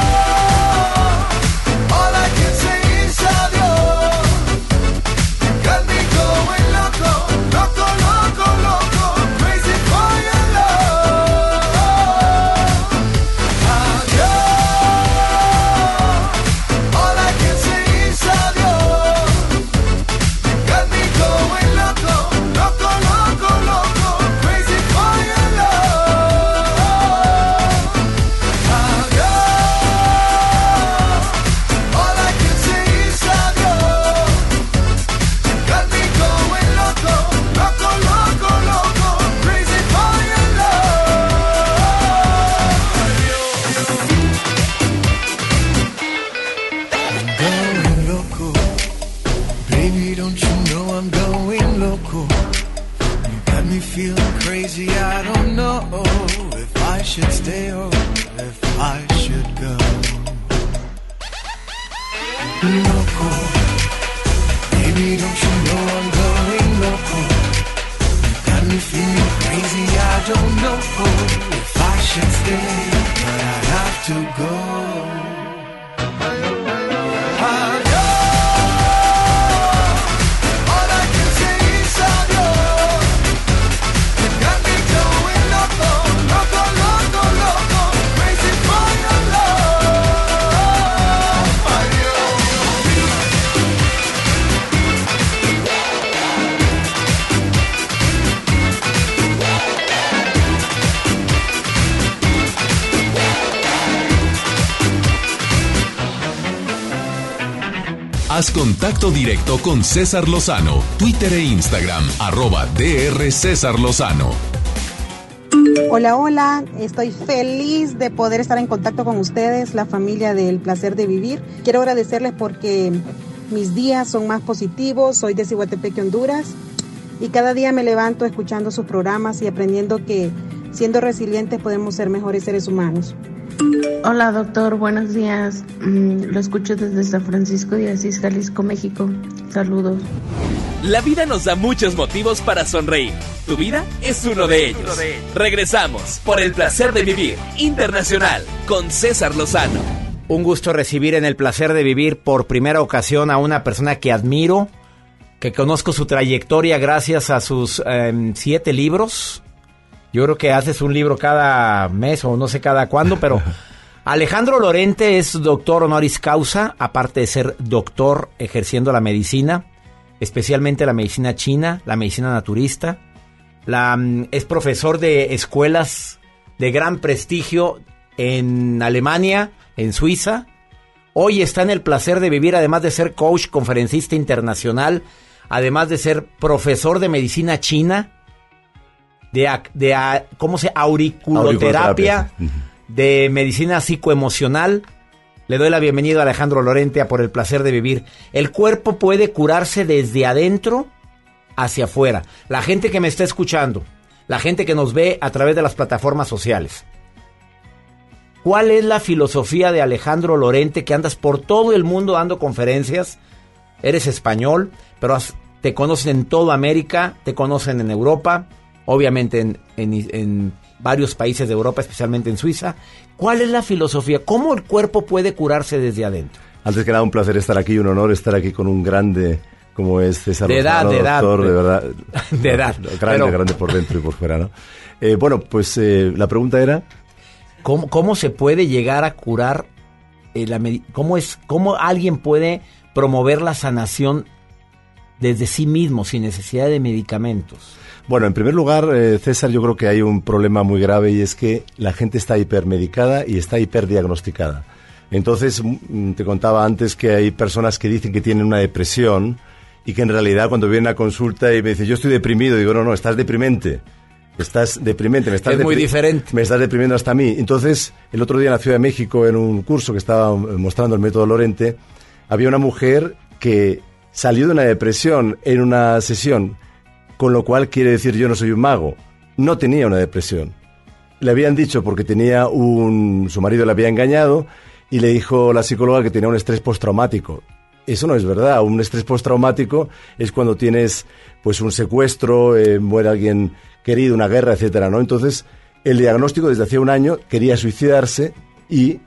All I can say is adios. You got me going loco, loco, loco, loco, crazy for your love. Adios. All I can say is adios. You got me going loco, loco, loco, loco, crazy for your love. Adios. All I can say is adios. You got me going loco, loco, loco, loco, crazy for your love. I'm going loco, baby, don't you know I'm going loco? You got me feeling crazy, I don't know if I should stay or if I should go. Loco, baby, don't you know I'm going loco? You got me feeling crazy, I don't know if I should stay, but I have to go. All I can say is adios. You got me going loco, loco, loco, loco, crazy for your love. Adios. Haz contacto directo con César Lozano, Twitter e Instagram, arroba D R César Lozano. Hola, hola, estoy feliz de poder estar en contacto con ustedes, la familia del Placer de Vivir. Quiero agradecerles porque mis días son más positivos, soy de Cihuatepeque, Honduras, y cada día me levanto escuchando sus programas y aprendiendo que siendo resilientes podemos ser mejores seres humanos. Hola doctor, buenos días. Mm, lo escucho desde San Francisco de Asís, Jalisco, México. Saludos. La vida nos da muchos motivos para sonreír. Tu vida es uno de ellos. Regresamos por el Placer de Vivir Internacional con César Lozano. Un gusto recibir en el Placer de Vivir por primera ocasión a una persona que admiro, que conozco su trayectoria gracias a sus eh, siete libros. Yo creo que haces un libro cada mes o no sé cada cuándo, pero Alejandro Lorente es doctor honoris causa, aparte de ser doctor ejerciendo la medicina, especialmente la medicina china, la medicina naturista. La, es profesor de escuelas de gran prestigio en Alemania, en Suiza. Hoy está en el placer de vivir, además de ser coach, conferencista internacional, además de ser profesor de medicina china, de, de ¿cómo se auriculoterapia, de medicina psicoemocional. Le doy la bienvenida a Alejandro Lorente a Por el Placer de Vivir. El cuerpo puede curarse desde adentro hacia afuera. La gente que me está escuchando, la gente que nos ve a través de las plataformas sociales. ¿Cuál es la filosofía de Alejandro Lorente, que andas por todo el mundo dando conferencias? Eres español, pero has, te conocen en toda América, te conocen en Europa, obviamente en, en, en varios países de Europa, especialmente en Suiza. ¿Cuál es la filosofía? ¿Cómo el cuerpo puede curarse desde adentro? Antes que nada, un placer estar aquí, un honor estar aquí con un grande como es César de edad, Lozano, de edad, doctor, de, de verdad. De edad. Grande, pero, grande por dentro y por fuera, ¿no? Eh, bueno, pues eh, la pregunta era... ¿Cómo, cómo se puede llegar a curar? Eh, la ¿Cómo es, cómo alguien puede promover la sanación desde sí mismo, sin necesidad de medicamentos? Bueno, en primer lugar, eh, César, yo creo que hay un problema muy grave y es que la gente está hipermedicada y está hiperdiagnosticada. Entonces, te contaba antes que hay personas que dicen que tienen una depresión y que en realidad cuando vienen a consulta y me dicen, yo estoy deprimido, digo, no, no, estás deprimente. Estás deprimente, me estás es muy diferente. Me estás deprimiendo hasta a mí. Entonces, el otro día en la Ciudad de México, en un curso que estaba mostrando el método Lorente, había una mujer que salió de una depresión en una sesión, con lo cual quiere decir yo no soy un mago. No tenía una depresión. Le habían dicho porque tenía un... su marido le había engañado y le dijo la psicóloga que tenía un estrés postraumático. Eso no es verdad. Un estrés postraumático es cuando tienes pues un secuestro, eh, muere alguien querido, una guerra, etcétera, ¿no? Entonces, el diagnóstico desde hacía un año quería suicidarse y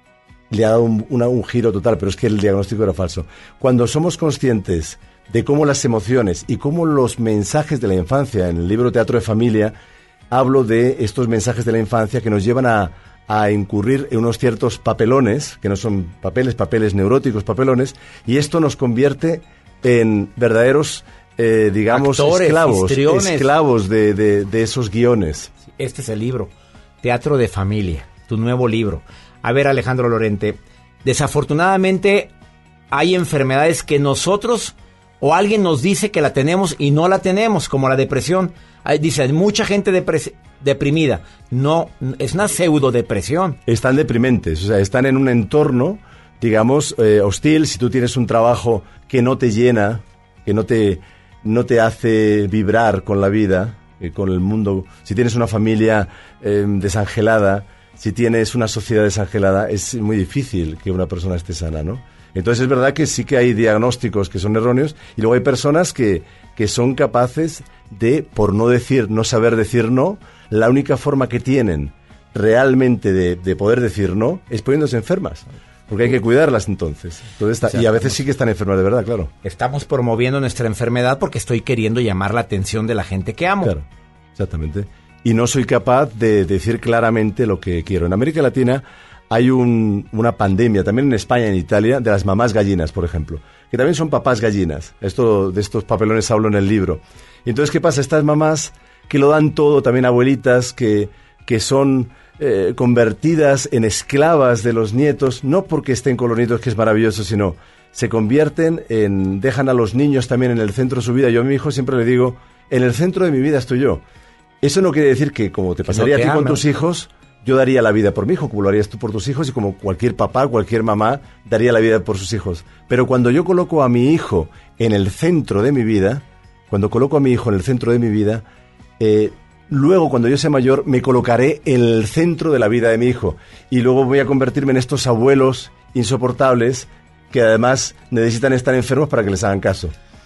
le ha dado un, una, un giro total, pero es que el diagnóstico era falso. Cuando somos conscientes de cómo las emociones y cómo los mensajes de la infancia, en el libro Teatro de Familia, hablo de estos mensajes de la infancia que nos llevan a, a incurrir en unos ciertos papelones, que no son papeles, papeles neuróticos, papelones, y esto nos convierte en verdaderos... Eh, digamos, Actores, esclavos, esclavos de, de, de esos guiones. Este es el libro, Teatro de Familia, tu nuevo libro. A ver, Alejandro Lorente, desafortunadamente hay enfermedades que nosotros o alguien nos dice que la tenemos y no la tenemos, como la depresión. Dice, hay mucha gente depres- deprimida. No, es una pseudodepresión. Están deprimentes, o sea, están en un entorno, digamos, eh, hostil. Si tú tienes un trabajo que no te llena, que no te... no te hace vibrar con la vida, eh, con el mundo. Si tienes una familia eh, desangelada, si tienes una sociedad desangelada, es muy difícil que una persona esté sana, ¿no? Entonces es verdad que sí que hay diagnósticos que son erróneos y luego hay personas que, que son capaces de, por no decir, no saber decir no, la única forma que tienen realmente de, de poder decir no es poniéndose enfermas. Porque hay que cuidarlas entonces. Entonces está, y a veces sí que están enfermas de verdad, claro. Estamos promoviendo nuestra enfermedad porque estoy queriendo llamar la atención de la gente que amo. Claro, exactamente. Y no soy capaz de decir claramente lo que quiero. En América Latina hay un, una pandemia, también en España y en Italia, de las mamás gallinas, por ejemplo. Que también son papás gallinas. Esto, de estos papelones hablo en el libro. Y entonces, ¿qué pasa? Estas mamás que lo dan todo, también abuelitas, que, que son... Eh, convertidas en esclavas de los nietos, no porque estén con los nietos, que es maravilloso, sino se convierten en, dejan a los niños también en el centro de su vida. Yo a mi hijo siempre le digo, en el centro de mi vida estoy yo. Eso no quiere decir que, como te pasaría no te a ti aman. Con tus hijos, yo daría la vida por mi hijo, como lo harías tú por tus hijos, y como cualquier papá, cualquier mamá, daría la vida por sus hijos. Pero cuando yo coloco a mi hijo en el centro de mi vida, cuando coloco a mi hijo en el centro de mi vida, eh, luego, cuando yo sea mayor, me colocaré en el centro de la vida de mi hijo. Y luego voy a convertirme en estos abuelos insoportables que además necesitan estar enfermos para que les hagan caso.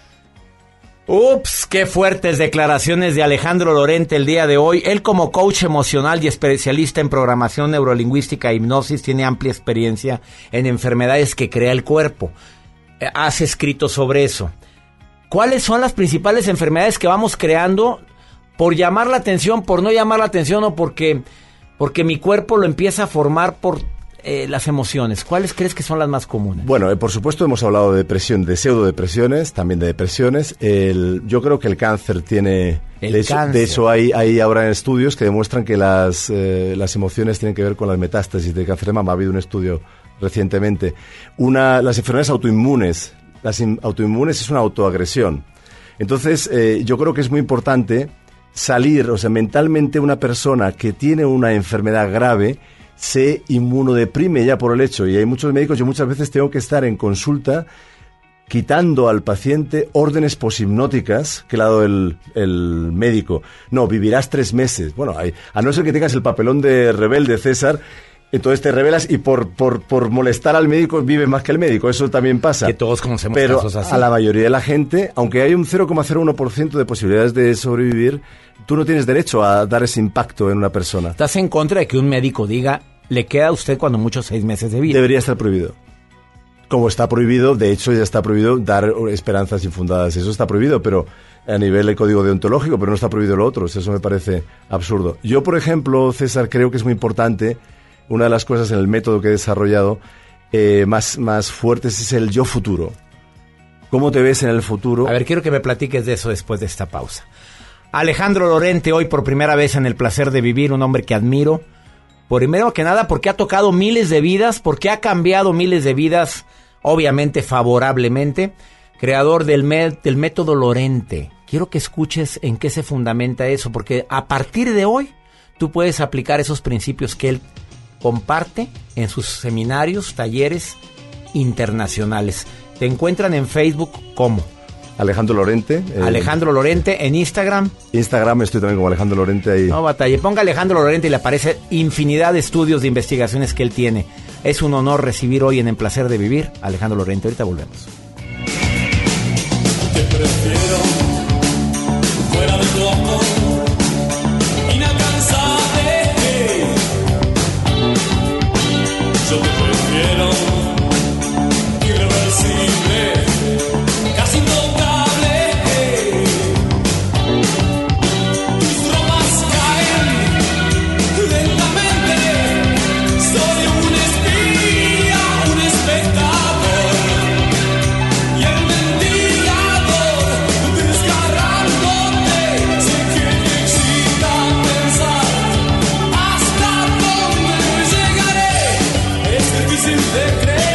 Ups, qué fuertes declaraciones de Alejandro Lorente el día de hoy. Él, como coach emocional y especialista en programación neurolingüística e hipnosis, tiene amplia experiencia en enfermedades que crea el cuerpo. Has escrito sobre eso. ¿cuáles son las principales enfermedades que vamos creando por llamar la atención, por no llamar la atención o porque, porque mi cuerpo lo empieza a formar por eh, las emociones? ¿Cuáles crees que son las más comunes? Bueno, eh, por supuesto hemos hablado de depresión, de pseudodepresiones, también de depresiones. El, yo creo que el cáncer tiene... El de, hecho, cáncer. de hecho, hay, hay ahora estudios que demuestran que las, eh, las emociones tienen que ver con las metástasis de cáncer de mama. Ha habido un estudio recientemente. Una, las enfermedades autoinmunes. Las in, autoinmunes es una autoagresión. Entonces, eh, yo creo que es muy importante salir, o sea, mentalmente una persona que tiene una enfermedad grave se inmunodeprime ya por el hecho. Y hay muchos médicos, yo muchas veces tengo que estar en consulta quitando al paciente órdenes poshipnóticas que le ha dado el, el médico. No, vivirás tres meses. Bueno, hay, a no ser que tengas el papelón de rebelde, César, entonces te rebelas y por, por, por molestar al médico vives más que el médico. Eso también pasa. Que todos conocemos Pero casos así. A la mayoría de la gente, aunque hay un cero coma cero uno por ciento de posibilidades de sobrevivir, tú no tienes derecho a dar ese impacto en una persona. ¿Estás en contra de que un médico diga, le queda a usted cuando mucho seis meses de vida? Debería estar prohibido. Como está prohibido, de hecho ya está prohibido dar esperanzas infundadas. Eso está prohibido, pero a nivel del código deontológico, pero no está prohibido lo otro. Eso me parece absurdo. Yo, por ejemplo, César, creo que es muy importante, una de las cosas en el método que he desarrollado eh, más, más fuertes es el yo futuro. ¿Cómo te ves en el futuro? A ver, quiero que me platiques de eso después de esta pausa. Alejandro Lorente, hoy por primera vez en El Placer de Vivir, un hombre que admiro. Primero que nada, porque ha tocado miles de vidas, porque ha cambiado miles de vidas, obviamente favorablemente. Creador del, med, del método Lorente. Quiero que escuches en qué se fundamenta eso, porque a partir de hoy tú puedes aplicar esos principios que él comparte en sus seminarios, talleres internacionales. Te encuentran en Facebook como Alejandro Lorente. Eh, Alejandro Lorente en Instagram. Instagram estoy también como Alejandro Lorente ahí. No batalle, ponga Alejandro Lorente y le aparece infinidad de estudios, de investigaciones que él tiene. Es un honor recibir hoy en El Placer de Vivir Alejandro Lorente. Ahorita volvemos. Te prefiero fuera de tu amor, inalcanzable. Yo te prefiero irreversible, casi intocable. Tus ropas caen lentamente. Soy un espía, un espectador, y el ventilador desgarrándote. Sé que te excita pensar hasta dónde llegaré. Es difícil de creer.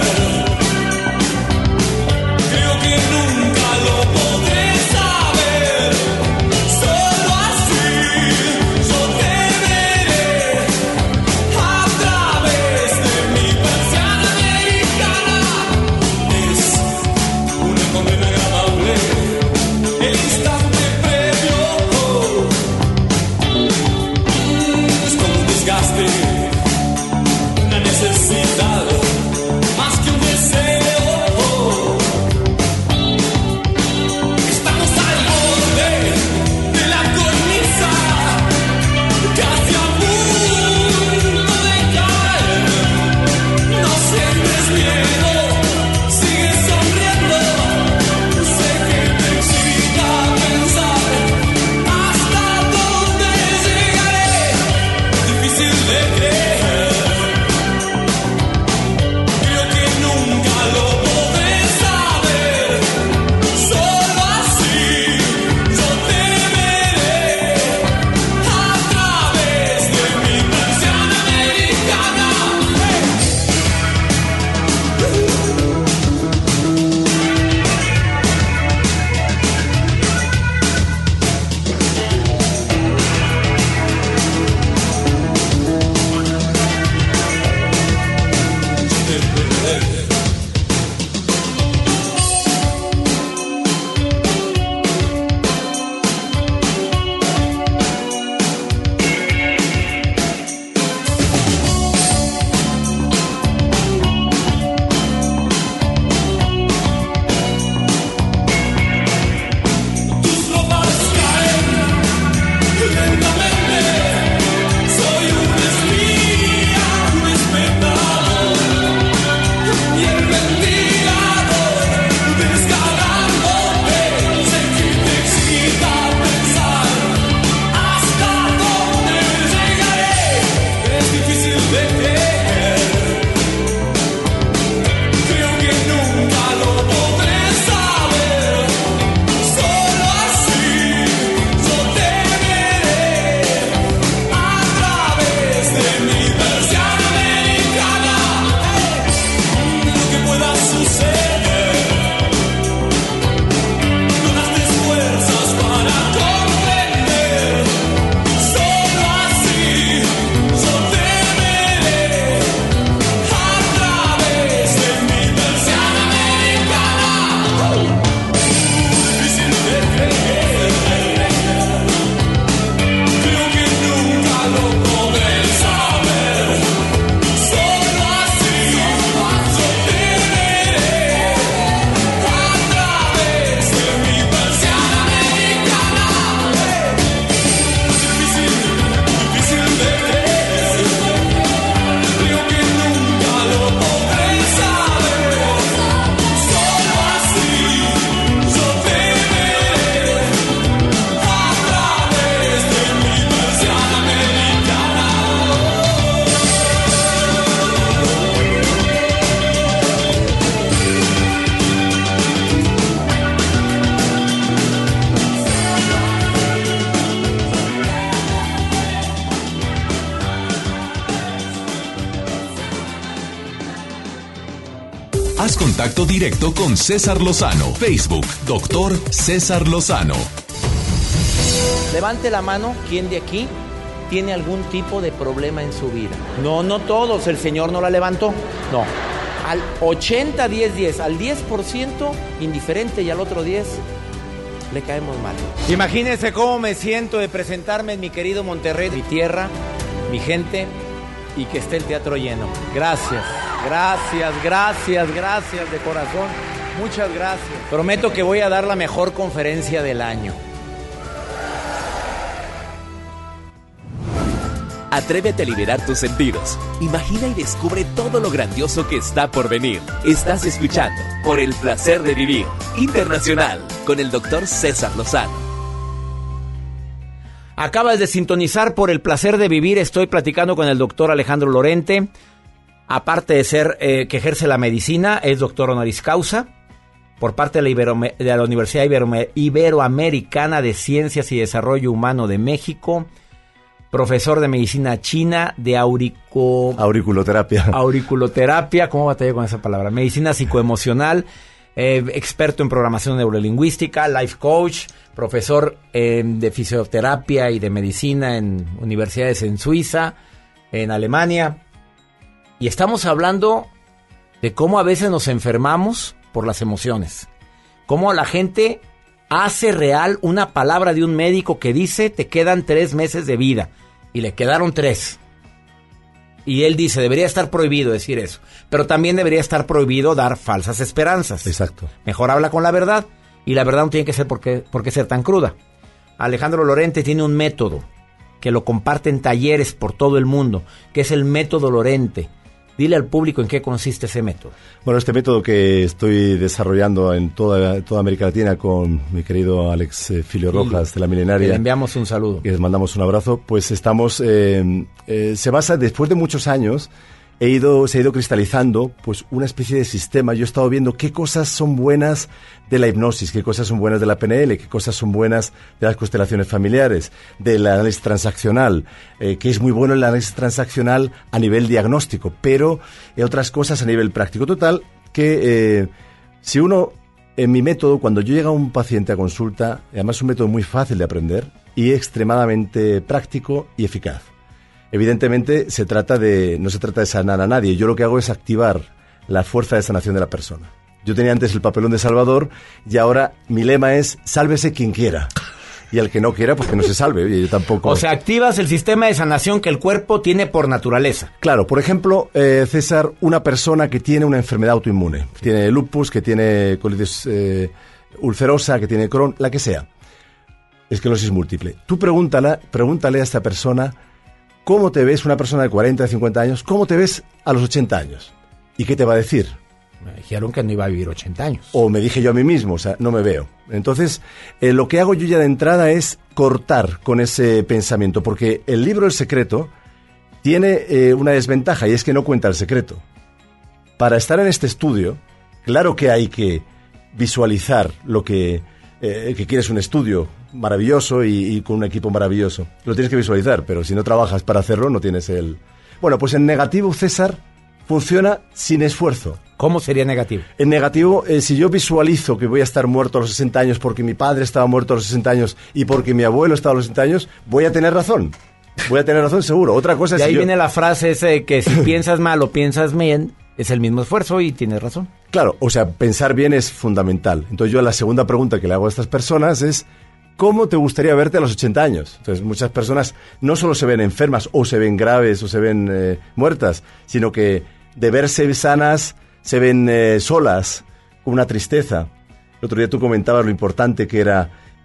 Creo que nunca lo podré saber. Solo así yo te veré a través de mi persiana americana. Es una condena agradable, el instante previo. Es como un desgaste, una necesidad, más que un deseo. Haz contacto directo con César Lozano. Facebook, doctor César Lozano. Levante la mano, ¿quién de aquí tiene algún tipo de problema en su vida? No, no todos, el Señor no la levantó. No, al ochenta, diez, diez, al diez por ciento indiferente y al otro diez le caemos mal. Imagínense cómo me siento de presentarme en mi querido Monterrey, mi tierra, mi gente, y que esté el teatro lleno. Gracias, gracias, gracias, gracias de corazón. Muchas gracias. Prometo que voy a dar la mejor conferencia del año. Atrévete a liberar tus sentidos. Imagina y descubre todo lo grandioso que está por venir. Estás escuchando Por el Placer de Vivir Internacional con el doctor César Lozano. Acabas de sintonizar Por el Placer de Vivir. Estoy platicando con el doctor Alejandro Lorente. Aparte de ser eh, que ejerce la medicina, es doctor honoris causa por parte de la, Ibero- de la Universidad Ibero- Iberoamericana de Ciencias y Desarrollo Humano de México. Profesor de medicina china, de aurico... auriculoterapia. Auriculoterapia, ¿cómo batallé con esa palabra? Medicina psicoemocional, eh, experto en programación neurolingüística, life coach, profesor eh, de fisioterapia y de medicina en universidades en Suiza, en Alemania. Y estamos hablando de cómo a veces nos enfermamos por las emociones. Cómo la gente hace real una palabra de un médico que dice te quedan tres meses de vida. Y le quedaron tres. Y él dice, debería estar prohibido decir eso. Pero también debería estar prohibido dar falsas esperanzas. Exacto. Mejor habla con la verdad. Y la verdad no tiene que ser por qué, por qué ser tan cruda. Alejandro Lorente tiene un método que lo comparte en talleres por todo el mundo, que es el método Lorente. Dile al público en qué consiste ese método. Bueno, este método que estoy desarrollando en toda, toda América Latina con mi querido Alex eh, Filio Rojas de la Milenaria. Le enviamos un saludo. Y les mandamos un abrazo. Pues estamos, eh, eh, se basa, después de muchos años, he ido, se ha ido cristalizando pues una especie de sistema. Yo he estado viendo qué cosas son buenas de la hipnosis, qué cosas son buenas de la P N L, qué cosas son buenas de las constelaciones familiares, del análisis transaccional, eh, que es muy bueno el análisis transaccional a nivel diagnóstico, pero eh, otras cosas a nivel práctico. Total, que eh, si uno, en mi método, cuando yo llego a un paciente a consulta, además es un método muy fácil de aprender y extremadamente práctico y eficaz. Evidentemente se trata de, no se trata de sanar a nadie. Yo lo que hago es activar la fuerza de sanación de la persona. Yo tenía antes el papelón de Salvador y ahora mi lema es sálvese quien quiera. Y al que no quiera, pues que no se salve. Oye, yo tampoco... O sea, activas el sistema de sanación que el cuerpo tiene por naturaleza. Claro, por ejemplo, eh, César, una persona que tiene una enfermedad autoinmune, que tiene lupus, que tiene colitis eh, ulcerosa, que tiene Crohn, la que sea, esclerosis múltiple. Tú pregúntale, pregúntale a esta persona cómo te ves, una persona de cuarenta, de cincuenta años, cómo te ves a los ochenta años. ¿Y qué te va a decir? Me dijeron que no iba a vivir ochenta años. O me dije yo a mí mismo, o sea, no me veo. Entonces, eh, lo que hago yo ya de entrada es cortar con ese pensamiento, porque el libro El Secreto tiene eh, una desventaja y es que no cuenta el secreto. Para estar en este estudio, claro que hay que visualizar lo que, eh, que quieres un estudio maravilloso y, y con un equipo maravilloso. Lo tienes que visualizar, pero si no trabajas para hacerlo, no tienes el... Bueno, pues en negativo, César, funciona sin esfuerzo. ¿Cómo sería negativo? En negativo, eh, si yo visualizo que voy a estar muerto a los sesenta años porque mi padre estaba muerto a los sesenta años y porque mi abuelo estaba a los sesenta años, voy a tener razón. Voy a tener razón seguro. Otra cosa es... Y ahí si yo... viene la frase esa de que si piensas mal o piensas bien, es el mismo esfuerzo y tienes razón. Claro, o sea, pensar bien es fundamental. Entonces yo la segunda pregunta que le hago a estas personas es... ¿Cómo te gustaría verte a los ochenta años? Entonces, muchas personas no solo se ven enfermas o se ven graves o se ven eh, muertas, sino que de verse sanas se ven eh, solas, con una tristeza. El otro día tú comentabas lo importante que era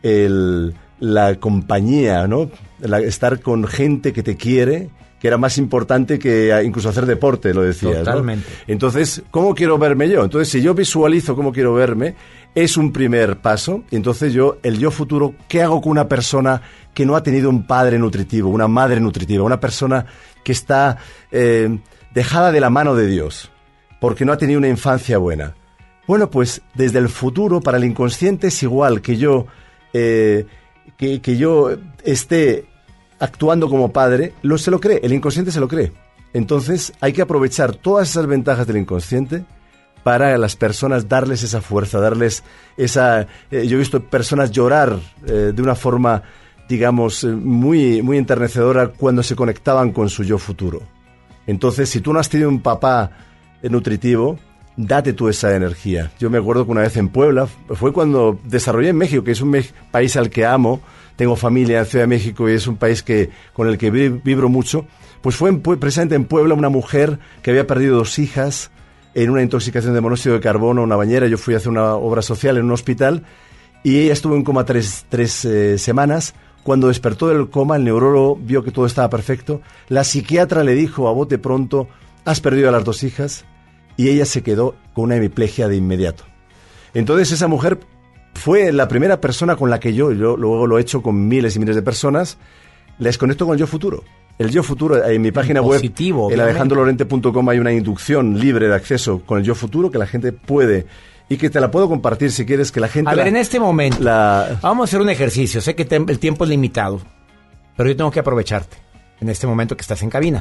el, la compañía, ¿no? La, estar con gente que te quiere, que era más importante que incluso hacer deporte, lo decías. Totalmente. ¿No? Entonces, ¿cómo quiero verme yo? Entonces, si yo visualizo cómo quiero verme, es un primer paso. Y entonces yo, el yo futuro, ¿qué hago con una persona que no ha tenido un padre nutritivo, una madre nutritiva, una persona que está eh, dejada de la mano de Dios, porque no ha tenido una infancia buena? Bueno, pues desde el futuro, para el inconsciente es igual que yo, eh, que, que yo esté actuando como padre, lo, se lo cree, el inconsciente se lo cree. Entonces hay que aprovechar todas esas ventajas del inconsciente para las personas, darles esa fuerza, darles esa... Eh, yo he visto personas llorar eh, de una forma, digamos, eh, muy, muy enternecedora cuando se conectaban con su yo futuro. Entonces, si tú no has tenido un papá eh, nutritivo, date tú esa energía. Yo me acuerdo que una vez en Puebla, fue cuando desarrollé en México, que es un me- país al que amo, tengo familia en Ciudad de México y es un país que con el que vi- vibro mucho, pues fue en, precisamente en Puebla una mujer que había perdido dos hijas en una intoxicación de monóxido de carbono, una bañera. Yo fui a hacer una obra social en un hospital y ella estuvo en coma tres, tres eh, semanas. Cuando despertó del coma, el neurólogo vio que todo estaba perfecto. La psiquiatra le dijo a bote pronto, has perdido a las dos hijas, y ella se quedó con una hemiplegia de inmediato. Entonces esa mujer fue la primera persona con la que yo, yo luego lo he hecho con miles y miles de personas, les conecto con el yo futuro. El yo futuro, en mi página web, en alejandro lorente punto com, hay una inducción libre de acceso con el yo futuro que la gente puede, y que te la puedo compartir si quieres, que la gente... A la, ver, en este momento, la... vamos a hacer un ejercicio. Sé que te, el tiempo es limitado, pero yo tengo que aprovecharte en este momento que estás en cabina.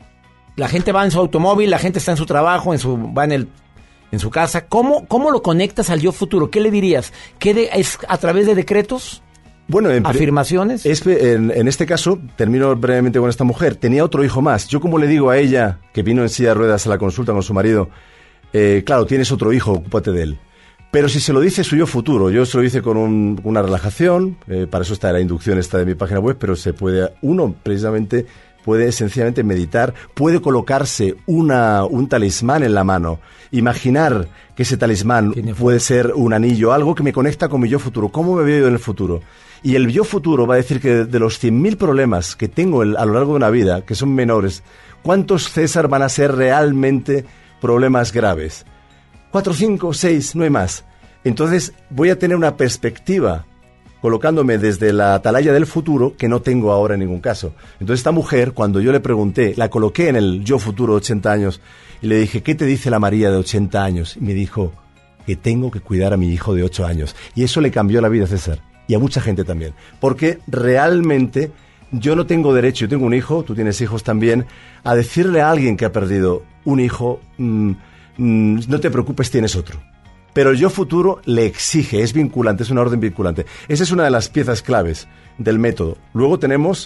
La gente va en su automóvil, la gente está en su trabajo, en su va en el en su casa. ¿Cómo, cómo lo conectas al yo futuro? ¿Qué le dirías? ¿Qué de, ¿Es a través de decretos? Bueno, en ¿afirmaciones? Es, en, en este caso, termino brevemente con esta mujer. Tenía otro hijo más. Yo, como le digo a ella, que vino en silla de ruedas a la consulta con su marido, eh, claro, tienes otro hijo, ocúpate de él. Pero si se lo dice su yo futuro, yo se lo hice con un, una relajación, eh, para eso está la inducción esta de mi página web, pero se puede, uno precisamente puede sencillamente meditar, puede colocarse una, un talismán en la mano, imaginar que ese talismán puede ser un anillo, algo que me conecta con mi yo futuro, cómo me veo yo en el futuro. Y el yo futuro va a decir que de, de los cien mil problemas que tengo el, a lo largo de una vida, que son menores, ¿cuántos, César, van a ser realmente problemas graves? Cuatro, cinco, seis, no hay más. Entonces voy a tener una perspectiva colocándome desde la atalaya del futuro que no tengo ahora en ningún caso. Entonces esta mujer, cuando yo le pregunté, la coloqué en el yo futuro de ochenta años y le dije, ¿qué te dice la María de ochenta años? Y me dijo que tengo que cuidar a mi hijo de ocho años. Y eso le cambió la vida a César y a mucha gente también. Porque realmente yo no tengo derecho, yo tengo un hijo, tú tienes hijos también, a decirle a alguien que ha perdido un hijo, mmm, mmm, no te preocupes, tienes otro. Pero el yo futuro le exige, es vinculante, es una orden vinculante. Esa es una de las piezas claves del método. Luego tenemos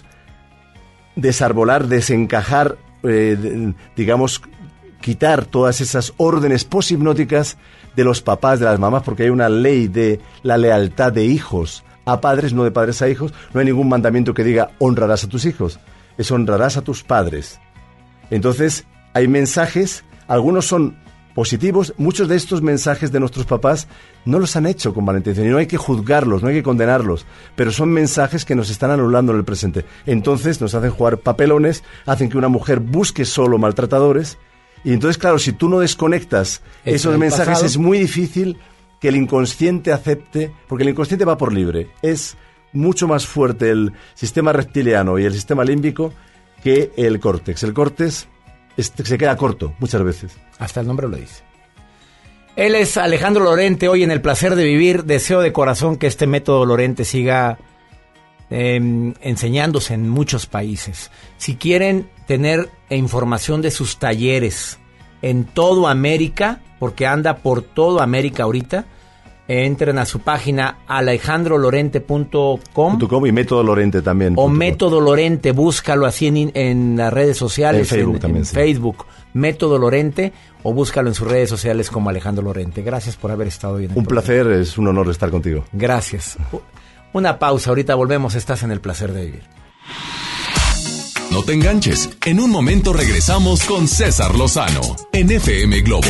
desarbolar, desencajar, eh, digamos, quitar todas esas órdenes poshipnóticas de los papás, de las mamás, porque hay una ley de la lealtad de hijos a padres, no de padres a hijos. No hay ningún mandamiento que diga honrarás a tus hijos, es honrarás a tus padres. Entonces, hay mensajes, algunos son positivos, muchos de estos mensajes de nuestros papás no los han hecho con mala intención y no hay que juzgarlos, no hay que condenarlos, pero son mensajes que nos están anulando en el presente. Entonces nos hacen jugar papelones, hacen que una mujer busque solo maltratadores y entonces, claro, si tú no desconectas esos mensajes pasado, es muy difícil que el inconsciente acepte, porque el inconsciente va por libre. Es mucho más fuerte el sistema reptiliano y el sistema límbico que el córtex. El córtex Este, se queda corto muchas veces. Hasta el nombre lo dice. Él es Alejandro Lorente, hoy en El Placer de Vivir. Deseo de corazón que este método Lorente siga eh, enseñándose en muchos países. Si quieren tener información de sus talleres en toda América, porque anda por toda América ahorita, entren a su página alejandro lorente punto com y Método Lorente también. O Método Lorente, búscalo así en, en las redes sociales. En Facebook en, también. En sí. Facebook, Método Lorente, o búscalo en sus redes sociales como Alejandro Lorente. Gracias por haber estado hoy en el Un programa. placer, es un honor estar contigo. Gracias. Una pausa, ahorita volvemos, estás en El Placer de Vivir. No te enganches, en un momento regresamos con César Lozano en F M Globo.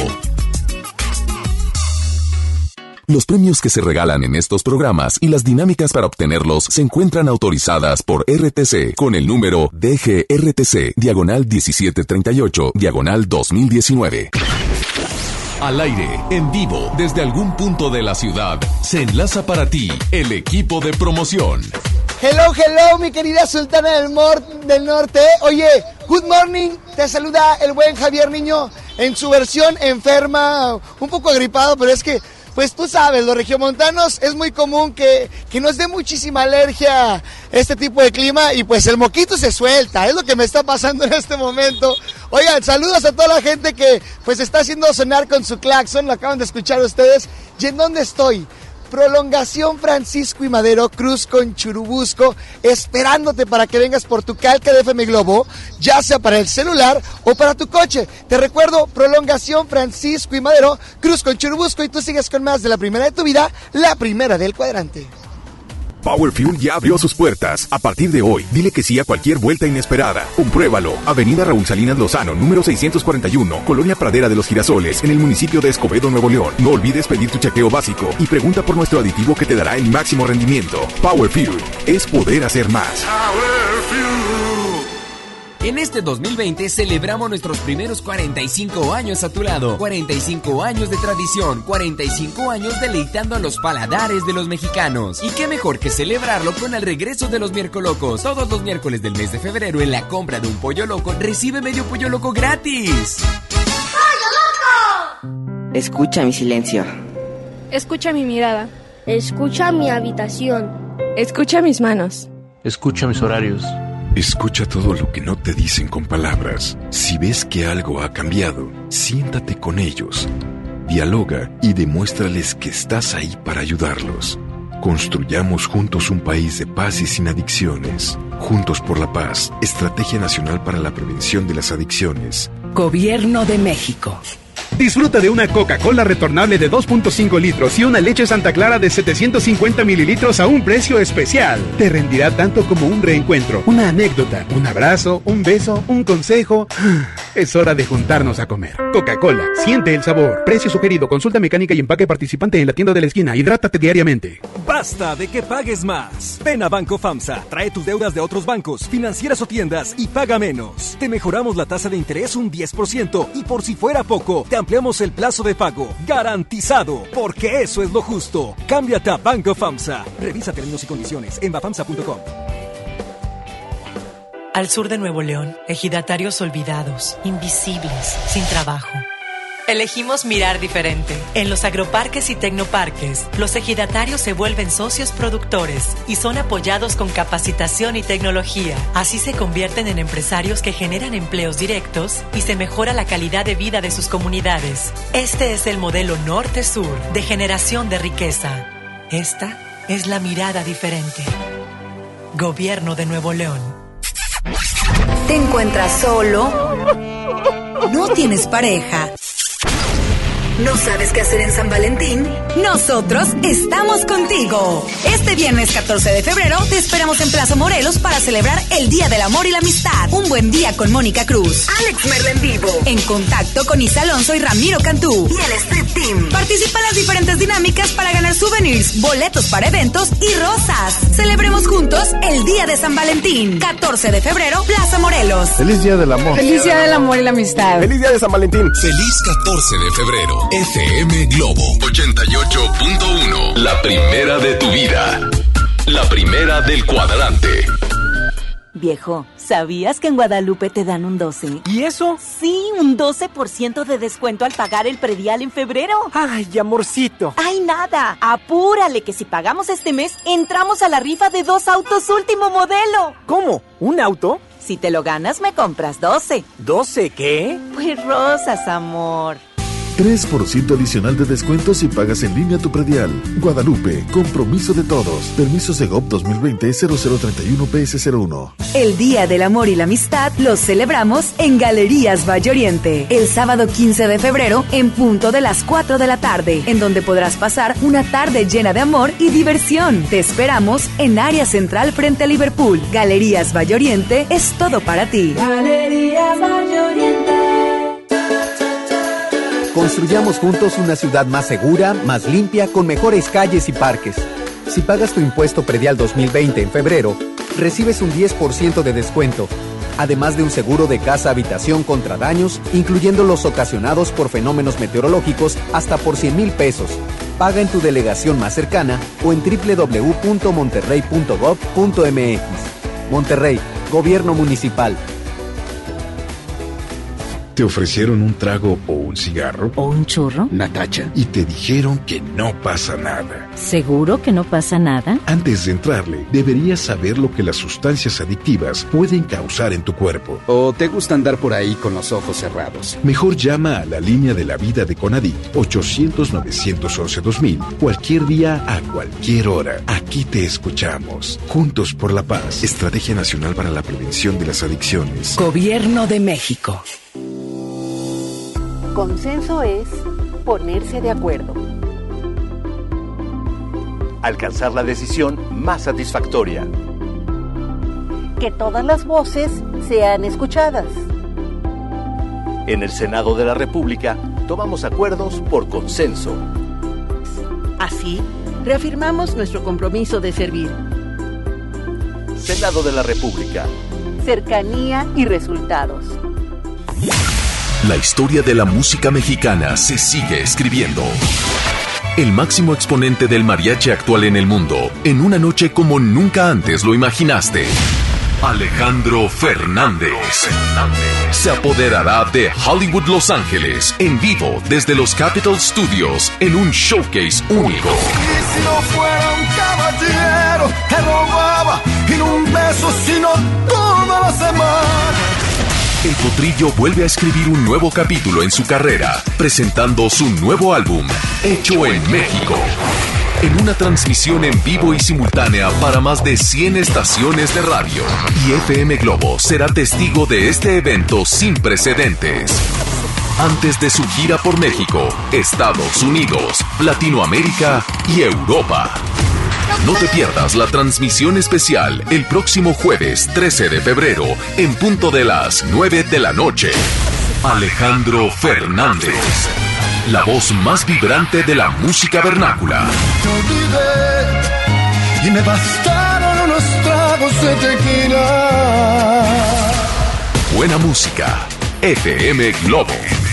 Los premios que se regalan en estos programas y las dinámicas para obtenerlos se encuentran autorizadas por R T C con el número D G R T C, diagonal diecisiete treinta y ocho, diagonal dos mil diecinueve. Al aire, en vivo, desde algún punto de la ciudad, se enlaza para ti el equipo de promoción. Hello, hello, mi querida Sultana del, Mor- del Norte. Oye, good morning, te saluda el buen Javier Niño en su versión enferma, un poco agripado, pero es que pues tú sabes, los regiomontanos es muy común que, que nos dé muchísima alergia este tipo de clima y pues el moquito se suelta, es lo que me está pasando en este momento. Oigan, saludos a toda la gente que pues está haciendo sonar con su claxon, lo acaban de escuchar ustedes. ¿Y en dónde estoy? Prolongación Francisco y Madero, Cruz con Churubusco, esperándote para que vengas por tu calca de F M Globo, ya sea para el celular o para tu coche. Te recuerdo, Prolongación Francisco y Madero, Cruz con Churubusco, y tú sigues con más de la primera de tu vida, la primera del cuadrante. Power Fuel ya abrió sus puertas. A partir de hoy, dile que sí a cualquier vuelta inesperada. Compruébalo. Avenida Raúl Salinas Lozano, número seiscientos cuarenta y uno, Colonia Pradera de los Girasoles, en el municipio de Escobedo, Nuevo León. No olvides pedir tu chequeo básico y pregunta por nuestro aditivo que te dará el máximo rendimiento. Power Fuel es poder hacer más. Power Fuel. En este dos mil veinte celebramos nuestros primeros cuarenta y cinco años a tu lado. cuarenta y cinco años de tradición, cuarenta y cinco años deleitando a los paladares de los mexicanos. Y qué mejor que celebrarlo con el regreso de los Miércolocos. Todos los miércoles del mes de febrero, en la compra de un pollo loco, recibe medio pollo loco gratis. ¡Pollo loco! Escucha mi silencio. Escucha mi mirada. Escucha mi habitación. Escucha mis manos. Escucha mis horarios. Escucha todo lo que no te dicen con palabras. Si ves que algo ha cambiado, siéntate con ellos. Dialoga y demuéstrales que estás ahí para ayudarlos. Construyamos juntos un país de paz y sin adicciones. Juntos por la paz, Estrategia Nacional para la Prevención de las Adicciones. Gobierno de México. Disfruta de una Coca-Cola retornable de dos punto cinco litros y una leche Santa Clara de setecientos cincuenta mililitros a un precio especial. Te rendirá tanto como un reencuentro, una anécdota, un abrazo, un beso, un consejo. Es hora de juntarnos a comer. Coca-Cola, siente el sabor. Precio sugerido, consulta mecánica y empaque participante en la tienda de la esquina. Hidrátate diariamente. Basta de que pagues más. Ven a Banco FAMSA, trae tus deudas de otros bancos, financieras o tiendas y paga menos. Te mejoramos la tasa de interés un diez por ciento y por si fuera poco, te ampliamos el plazo de pago. Garantizado, porque eso es lo justo. Cámbiate a Banco FAMSA. Revisa términos y condiciones en bafamsa punto com. Al sur de Nuevo León, ejidatarios olvidados, invisibles, sin trabajo. Elegimos mirar diferente. En los agroparques y tecnoparques, los ejidatarios se vuelven socios productores y son apoyados con capacitación y tecnología. Así se convierten en empresarios que generan empleos directos y se mejora la calidad de vida de sus comunidades. Este es el modelo norte-sur de generación de riqueza. Esta es la mirada diferente. Gobierno de Nuevo León. ¿Te encuentras solo? ¿No tienes pareja? ¿No sabes qué hacer en San Valentín? Nosotros estamos contigo. Este viernes catorce de febrero te esperamos en Plaza Morelos para celebrar el Día del Amor y la Amistad. Un buen día con Mónica Cruz, Alex Merla en vivo, en contacto con Isa Alonso y Ramiro Cantú y el Street Team. Participa en las diferentes dinámicas para ganar souvenirs, boletos para eventos y rosas. Celebremos juntos el Día de San Valentín. catorce de febrero, Plaza Morelos. Feliz Día del Amor. Feliz Día del Amor y la Amistad. Feliz Día de San Valentín. Feliz catorce de febrero. F M Globo ochenta y ocho punto uno. La primera de tu vida. La primera del cuadrante. Viejo, ¿sabías que en Guadalupe te dan un doce? ¿Y eso? Sí, un doce por ciento de descuento al pagar el predial en febrero. Ay, amorcito. Ay, nada. Apúrale que si pagamos este mes, entramos a la rifa de dos autos último modelo. ¿Cómo? ¿Un auto? Si te lo ganas, me compras doce. ¿doce qué? Pues rosas, amor. tres por ciento adicional de descuento si pagas en línea tu predial. Guadalupe, compromiso de todos. Permisos de G O P dos mil veinte cero cero treinta y uno P S cero uno. El Día del Amor y la Amistad los celebramos en Galerías Valle Oriente. El sábado quince de febrero en punto de las cuatro de la tarde, en donde podrás pasar una tarde llena de amor y diversión. Te esperamos en área central frente a Liverpool. Galerías Valle Oriente es todo para ti. Galerías Valle Oriente. Construyamos juntos una ciudad más segura, más limpia, con mejores calles y parques. Si pagas tu impuesto predial dos mil veinte en febrero, recibes un diez por ciento de descuento, además de un seguro de casa-habitación contra daños, incluyendo los ocasionados por fenómenos meteorológicos, hasta por cien mil pesos. Paga en tu delegación más cercana o en doble u doble u doble u punto monterrey punto gov punto m x. Monterrey, Gobierno Municipal. ¿Te ofrecieron un trago o un cigarro? ¿O un churro? Natacha. Y te dijeron que no pasa nada. ¿Seguro que no pasa nada? Antes de entrarle, deberías saber lo que las sustancias adictivas pueden causar en tu cuerpo. ¿O te gusta andar por ahí con los ojos cerrados? Mejor llama a la línea de la vida de Conadic, ochocientos, novecientos once, dos mil, cualquier día, a cualquier hora. Aquí te escuchamos. Juntos por la paz. Estrategia Nacional para la Prevención de las Adicciones. Gobierno de México. Consenso es ponerse de acuerdo. Alcanzar la decisión más satisfactoria. Que todas las voces sean escuchadas. En el Senado de la República tomamos acuerdos por consenso. Así, reafirmamos nuestro compromiso de servir. Senado de la República. Cercanía y resultados. La historia de la música mexicana se sigue escribiendo. El máximo exponente del mariachi actual en el mundo, en una noche como nunca antes lo imaginaste. Alejandro Fernández se apoderará de Hollywood Los Ángeles en vivo desde los Capitol Studios en un showcase único. Y si no fuera un caballero, te robaba y no un beso, sino toda la semana. El Potrillo vuelve a escribir un nuevo capítulo en su carrera, presentando su nuevo álbum, Hecho en México. En una transmisión en vivo y simultánea para más de cien estaciones de radio. Y F M Globo será testigo de este evento sin precedentes. Antes de su gira por México, Estados Unidos, Latinoamérica y Europa. No te pierdas la transmisión especial el próximo jueves trece de febrero en punto de las nueve de la noche. Alejandro Fernández, la voz más vibrante de la música vernácula. Te olvidé y me bastaron unos tragos de tequila. Buena música, F M Globo.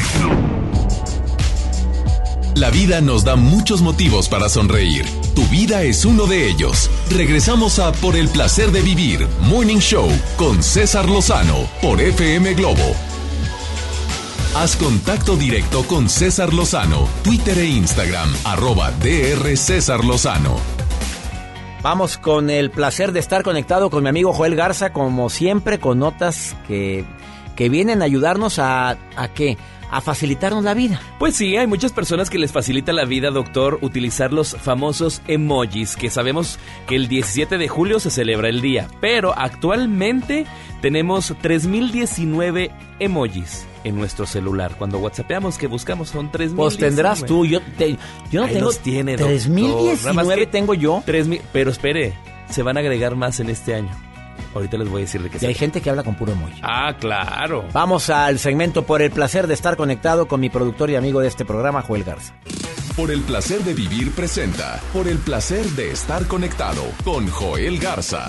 La vida nos da muchos motivos para sonreír. Tu vida es uno de ellos. Regresamos a Por el Placer de Vivir, Morning Show, con César Lozano, por F M Globo. Haz contacto directo con César Lozano, Twitter e Instagram, arroba D R César Lozano. Vamos con el placer de estar conectado con mi amigo Joel Garza, como siempre, con notas que, que vienen a ayudarnos a, ¿a qué? A facilitarnos la vida. Pues sí, hay muchas personas que les facilita la vida, doctor, utilizar los famosos emojis, que sabemos que el diecisiete de julio se celebra el día, pero actualmente tenemos tres mil diecinueve emojis en nuestro celular. Cuando whatsappeamos, que buscamos, son tres mil diecinueve. Pues tendrás tú, yo, te, yo no Ahí tengo... los tiene, tres mil diecinueve tengo yo. tres mil, pero espere, se van a agregar más en este año. Ahorita les voy a decir de qué se Y hay gente que habla con puro emoji. Ah, claro. Vamos al segmento Por el Placer de Estar Conectado con mi productor y amigo de este programa, Joel Garza. Por el Placer de Vivir presenta Por el Placer de Estar Conectado con Joel Garza.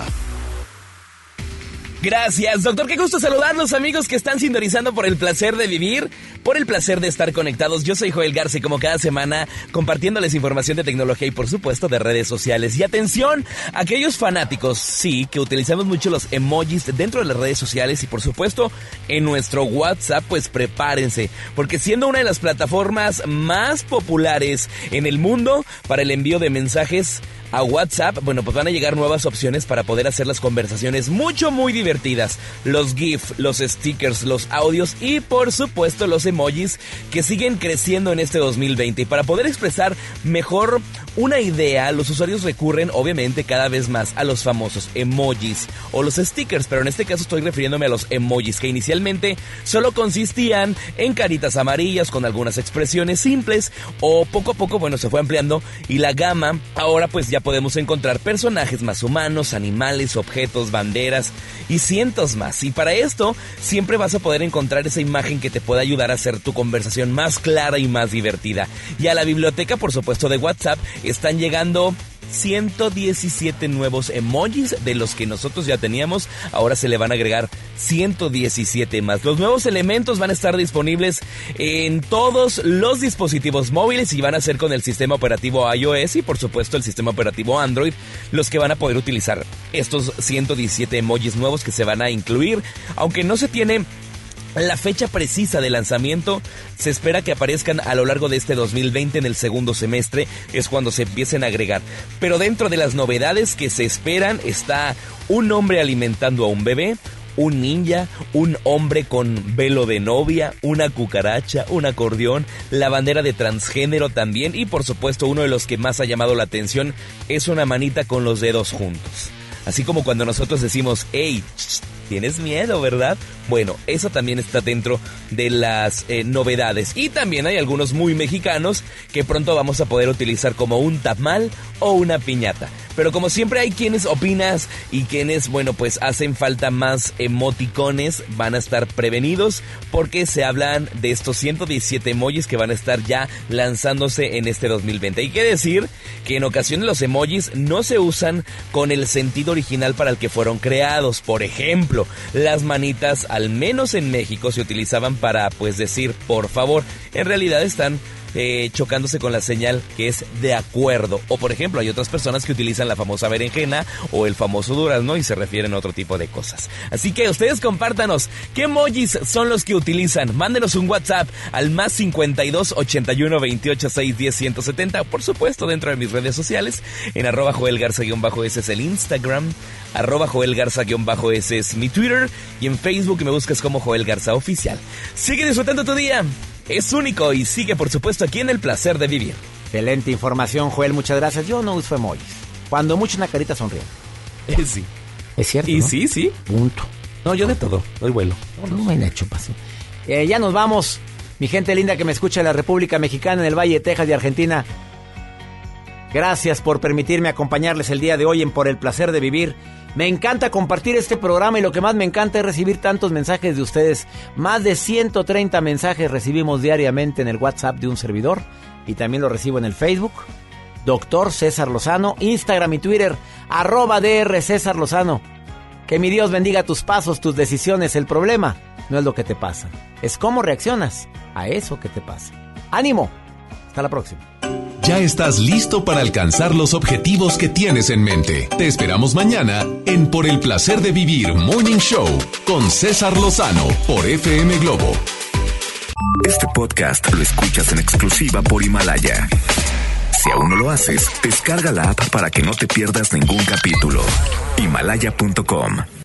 Gracias, doctor. Qué gusto saludarlos, amigos que están sintonizando por el placer de vivir, por el placer de estar conectados. Yo soy Joel Garza y como cada semana compartiéndoles información de tecnología y por supuesto de redes sociales. Y atención, aquellos fanáticos, sí, que utilizamos mucho los emojis dentro de las redes sociales y por supuesto en nuestro WhatsApp, pues prepárense, porque siendo una de las plataformas más populares en el mundo para el envío de mensajes a WhatsApp, bueno, pues van a llegar nuevas opciones para poder hacer las conversaciones mucho, muy divertidas. Los GIF, los stickers, los audios y por supuesto los emojis que siguen creciendo en este dos mil veinte. Y para poder expresar mejor una idea, los usuarios recurren obviamente cada vez más a los famosos emojis o los stickers, pero en este caso estoy refiriéndome a los emojis, que inicialmente solo consistían en caritas amarillas con algunas expresiones simples, o poco a poco, bueno, se fue ampliando y la gama ahora pues ya podemos encontrar personajes más humanos, animales, objetos, banderas y cientos más. Y para esto siempre vas a poder encontrar esa imagen que te pueda ayudar a hacer tu conversación más clara y más divertida. Y a la biblioteca, por supuesto, de WhatsApp están llegando ciento diecisiete nuevos emojis de los que nosotros ya teníamos. Ahora se le van a agregar ciento diecisiete más. Los nuevos elementos van a estar disponibles en todos los dispositivos móviles y van a ser con el sistema operativo iOS y por supuesto el sistema operativo Android los que van a poder utilizar estos ciento diecisiete emojis nuevos que se van a incluir, aunque no se tiene La fecha precisa de lanzamiento se espera que aparezcan a lo largo de este dos mil veinte, en el segundo semestre, es cuando se empiecen a agregar. Pero dentro de las novedades que se esperan está un hombre alimentando a un bebé, un ninja, un hombre con velo de novia, una cucaracha, un acordeón, la bandera de transgénero también, y por supuesto uno de los que más ha llamado la atención es una manita con los dedos juntos. Así como cuando nosotros decimos, hey, ¿tienes miedo, verdad? Bueno, eso también está dentro de las eh, novedades. Y también hay algunos muy mexicanos que pronto vamos a poder utilizar como un tamal o una piñata. Pero como siempre hay quienes opinas y quienes, bueno, pues hacen falta más emoticones, van a estar prevenidos porque se hablan de estos ciento diecisiete emojis que van a estar ya lanzándose en este dos mil veinte. Hay que decir que en ocasiones los emojis no se usan con el sentido original para el que fueron creados. Por ejemplo, las manitas, al menos en México, se utilizaban para, pues, decir por favor. En realidad están Eh, chocándose con la señal que es de acuerdo. O por ejemplo, hay otras personas que utilizan la famosa berenjena o el famoso durazno y se refieren a otro tipo de cosas. Así que ustedes compártanos qué emojis son los que utilizan. Mándenos un WhatsApp al más cincuenta y dos, ochenta y uno, veintiocho, seiscientos diez, ciento setenta. Por supuesto, dentro de mis redes sociales, en arroba Joel Garza-S es el Instagram, arroba Joel Garza-S es mi Twitter, y en Facebook me buscas como Joel Garza Oficial. Sigue disfrutando tu día. Es único y sigue, por supuesto, aquí en El Placer de Vivir. Excelente información, Joel, muchas gracias. Yo no uso emojis. Cuando mucho una carita sonriente. Eh, sí. Es cierto, Y ¿no? sí, sí. Punto. No, yo de todo. Doy vuelo. No, no, no, hecho paso. Eh, ya nos vamos. Mi gente linda que me escucha en la República Mexicana, en el Valle de Texas y Argentina. Gracias por permitirme acompañarles el día de hoy en Por el Placer de Vivir. Me encanta compartir este programa y lo que más me encanta es recibir tantos mensajes de ustedes. Más de ciento treinta mensajes recibimos diariamente en el WhatsApp de un servidor y también lo recibo en el Facebook, Doctor César Lozano, Instagram y Twitter, arroba DR César Lozano. Que mi Dios bendiga tus pasos, tus decisiones. El problema no es lo que te pasa, es cómo reaccionas a eso que te pasa. ¡Ánimo! Hasta la próxima. Ya estás listo para alcanzar los objetivos que tienes en mente. Te esperamos mañana en Por el Placer de Vivir Morning Show con César Lozano por F M Globo. Este podcast lo escuchas en exclusiva por Himalaya. Si aún no lo haces, descarga la app para que no te pierdas ningún capítulo. Himalaya punto com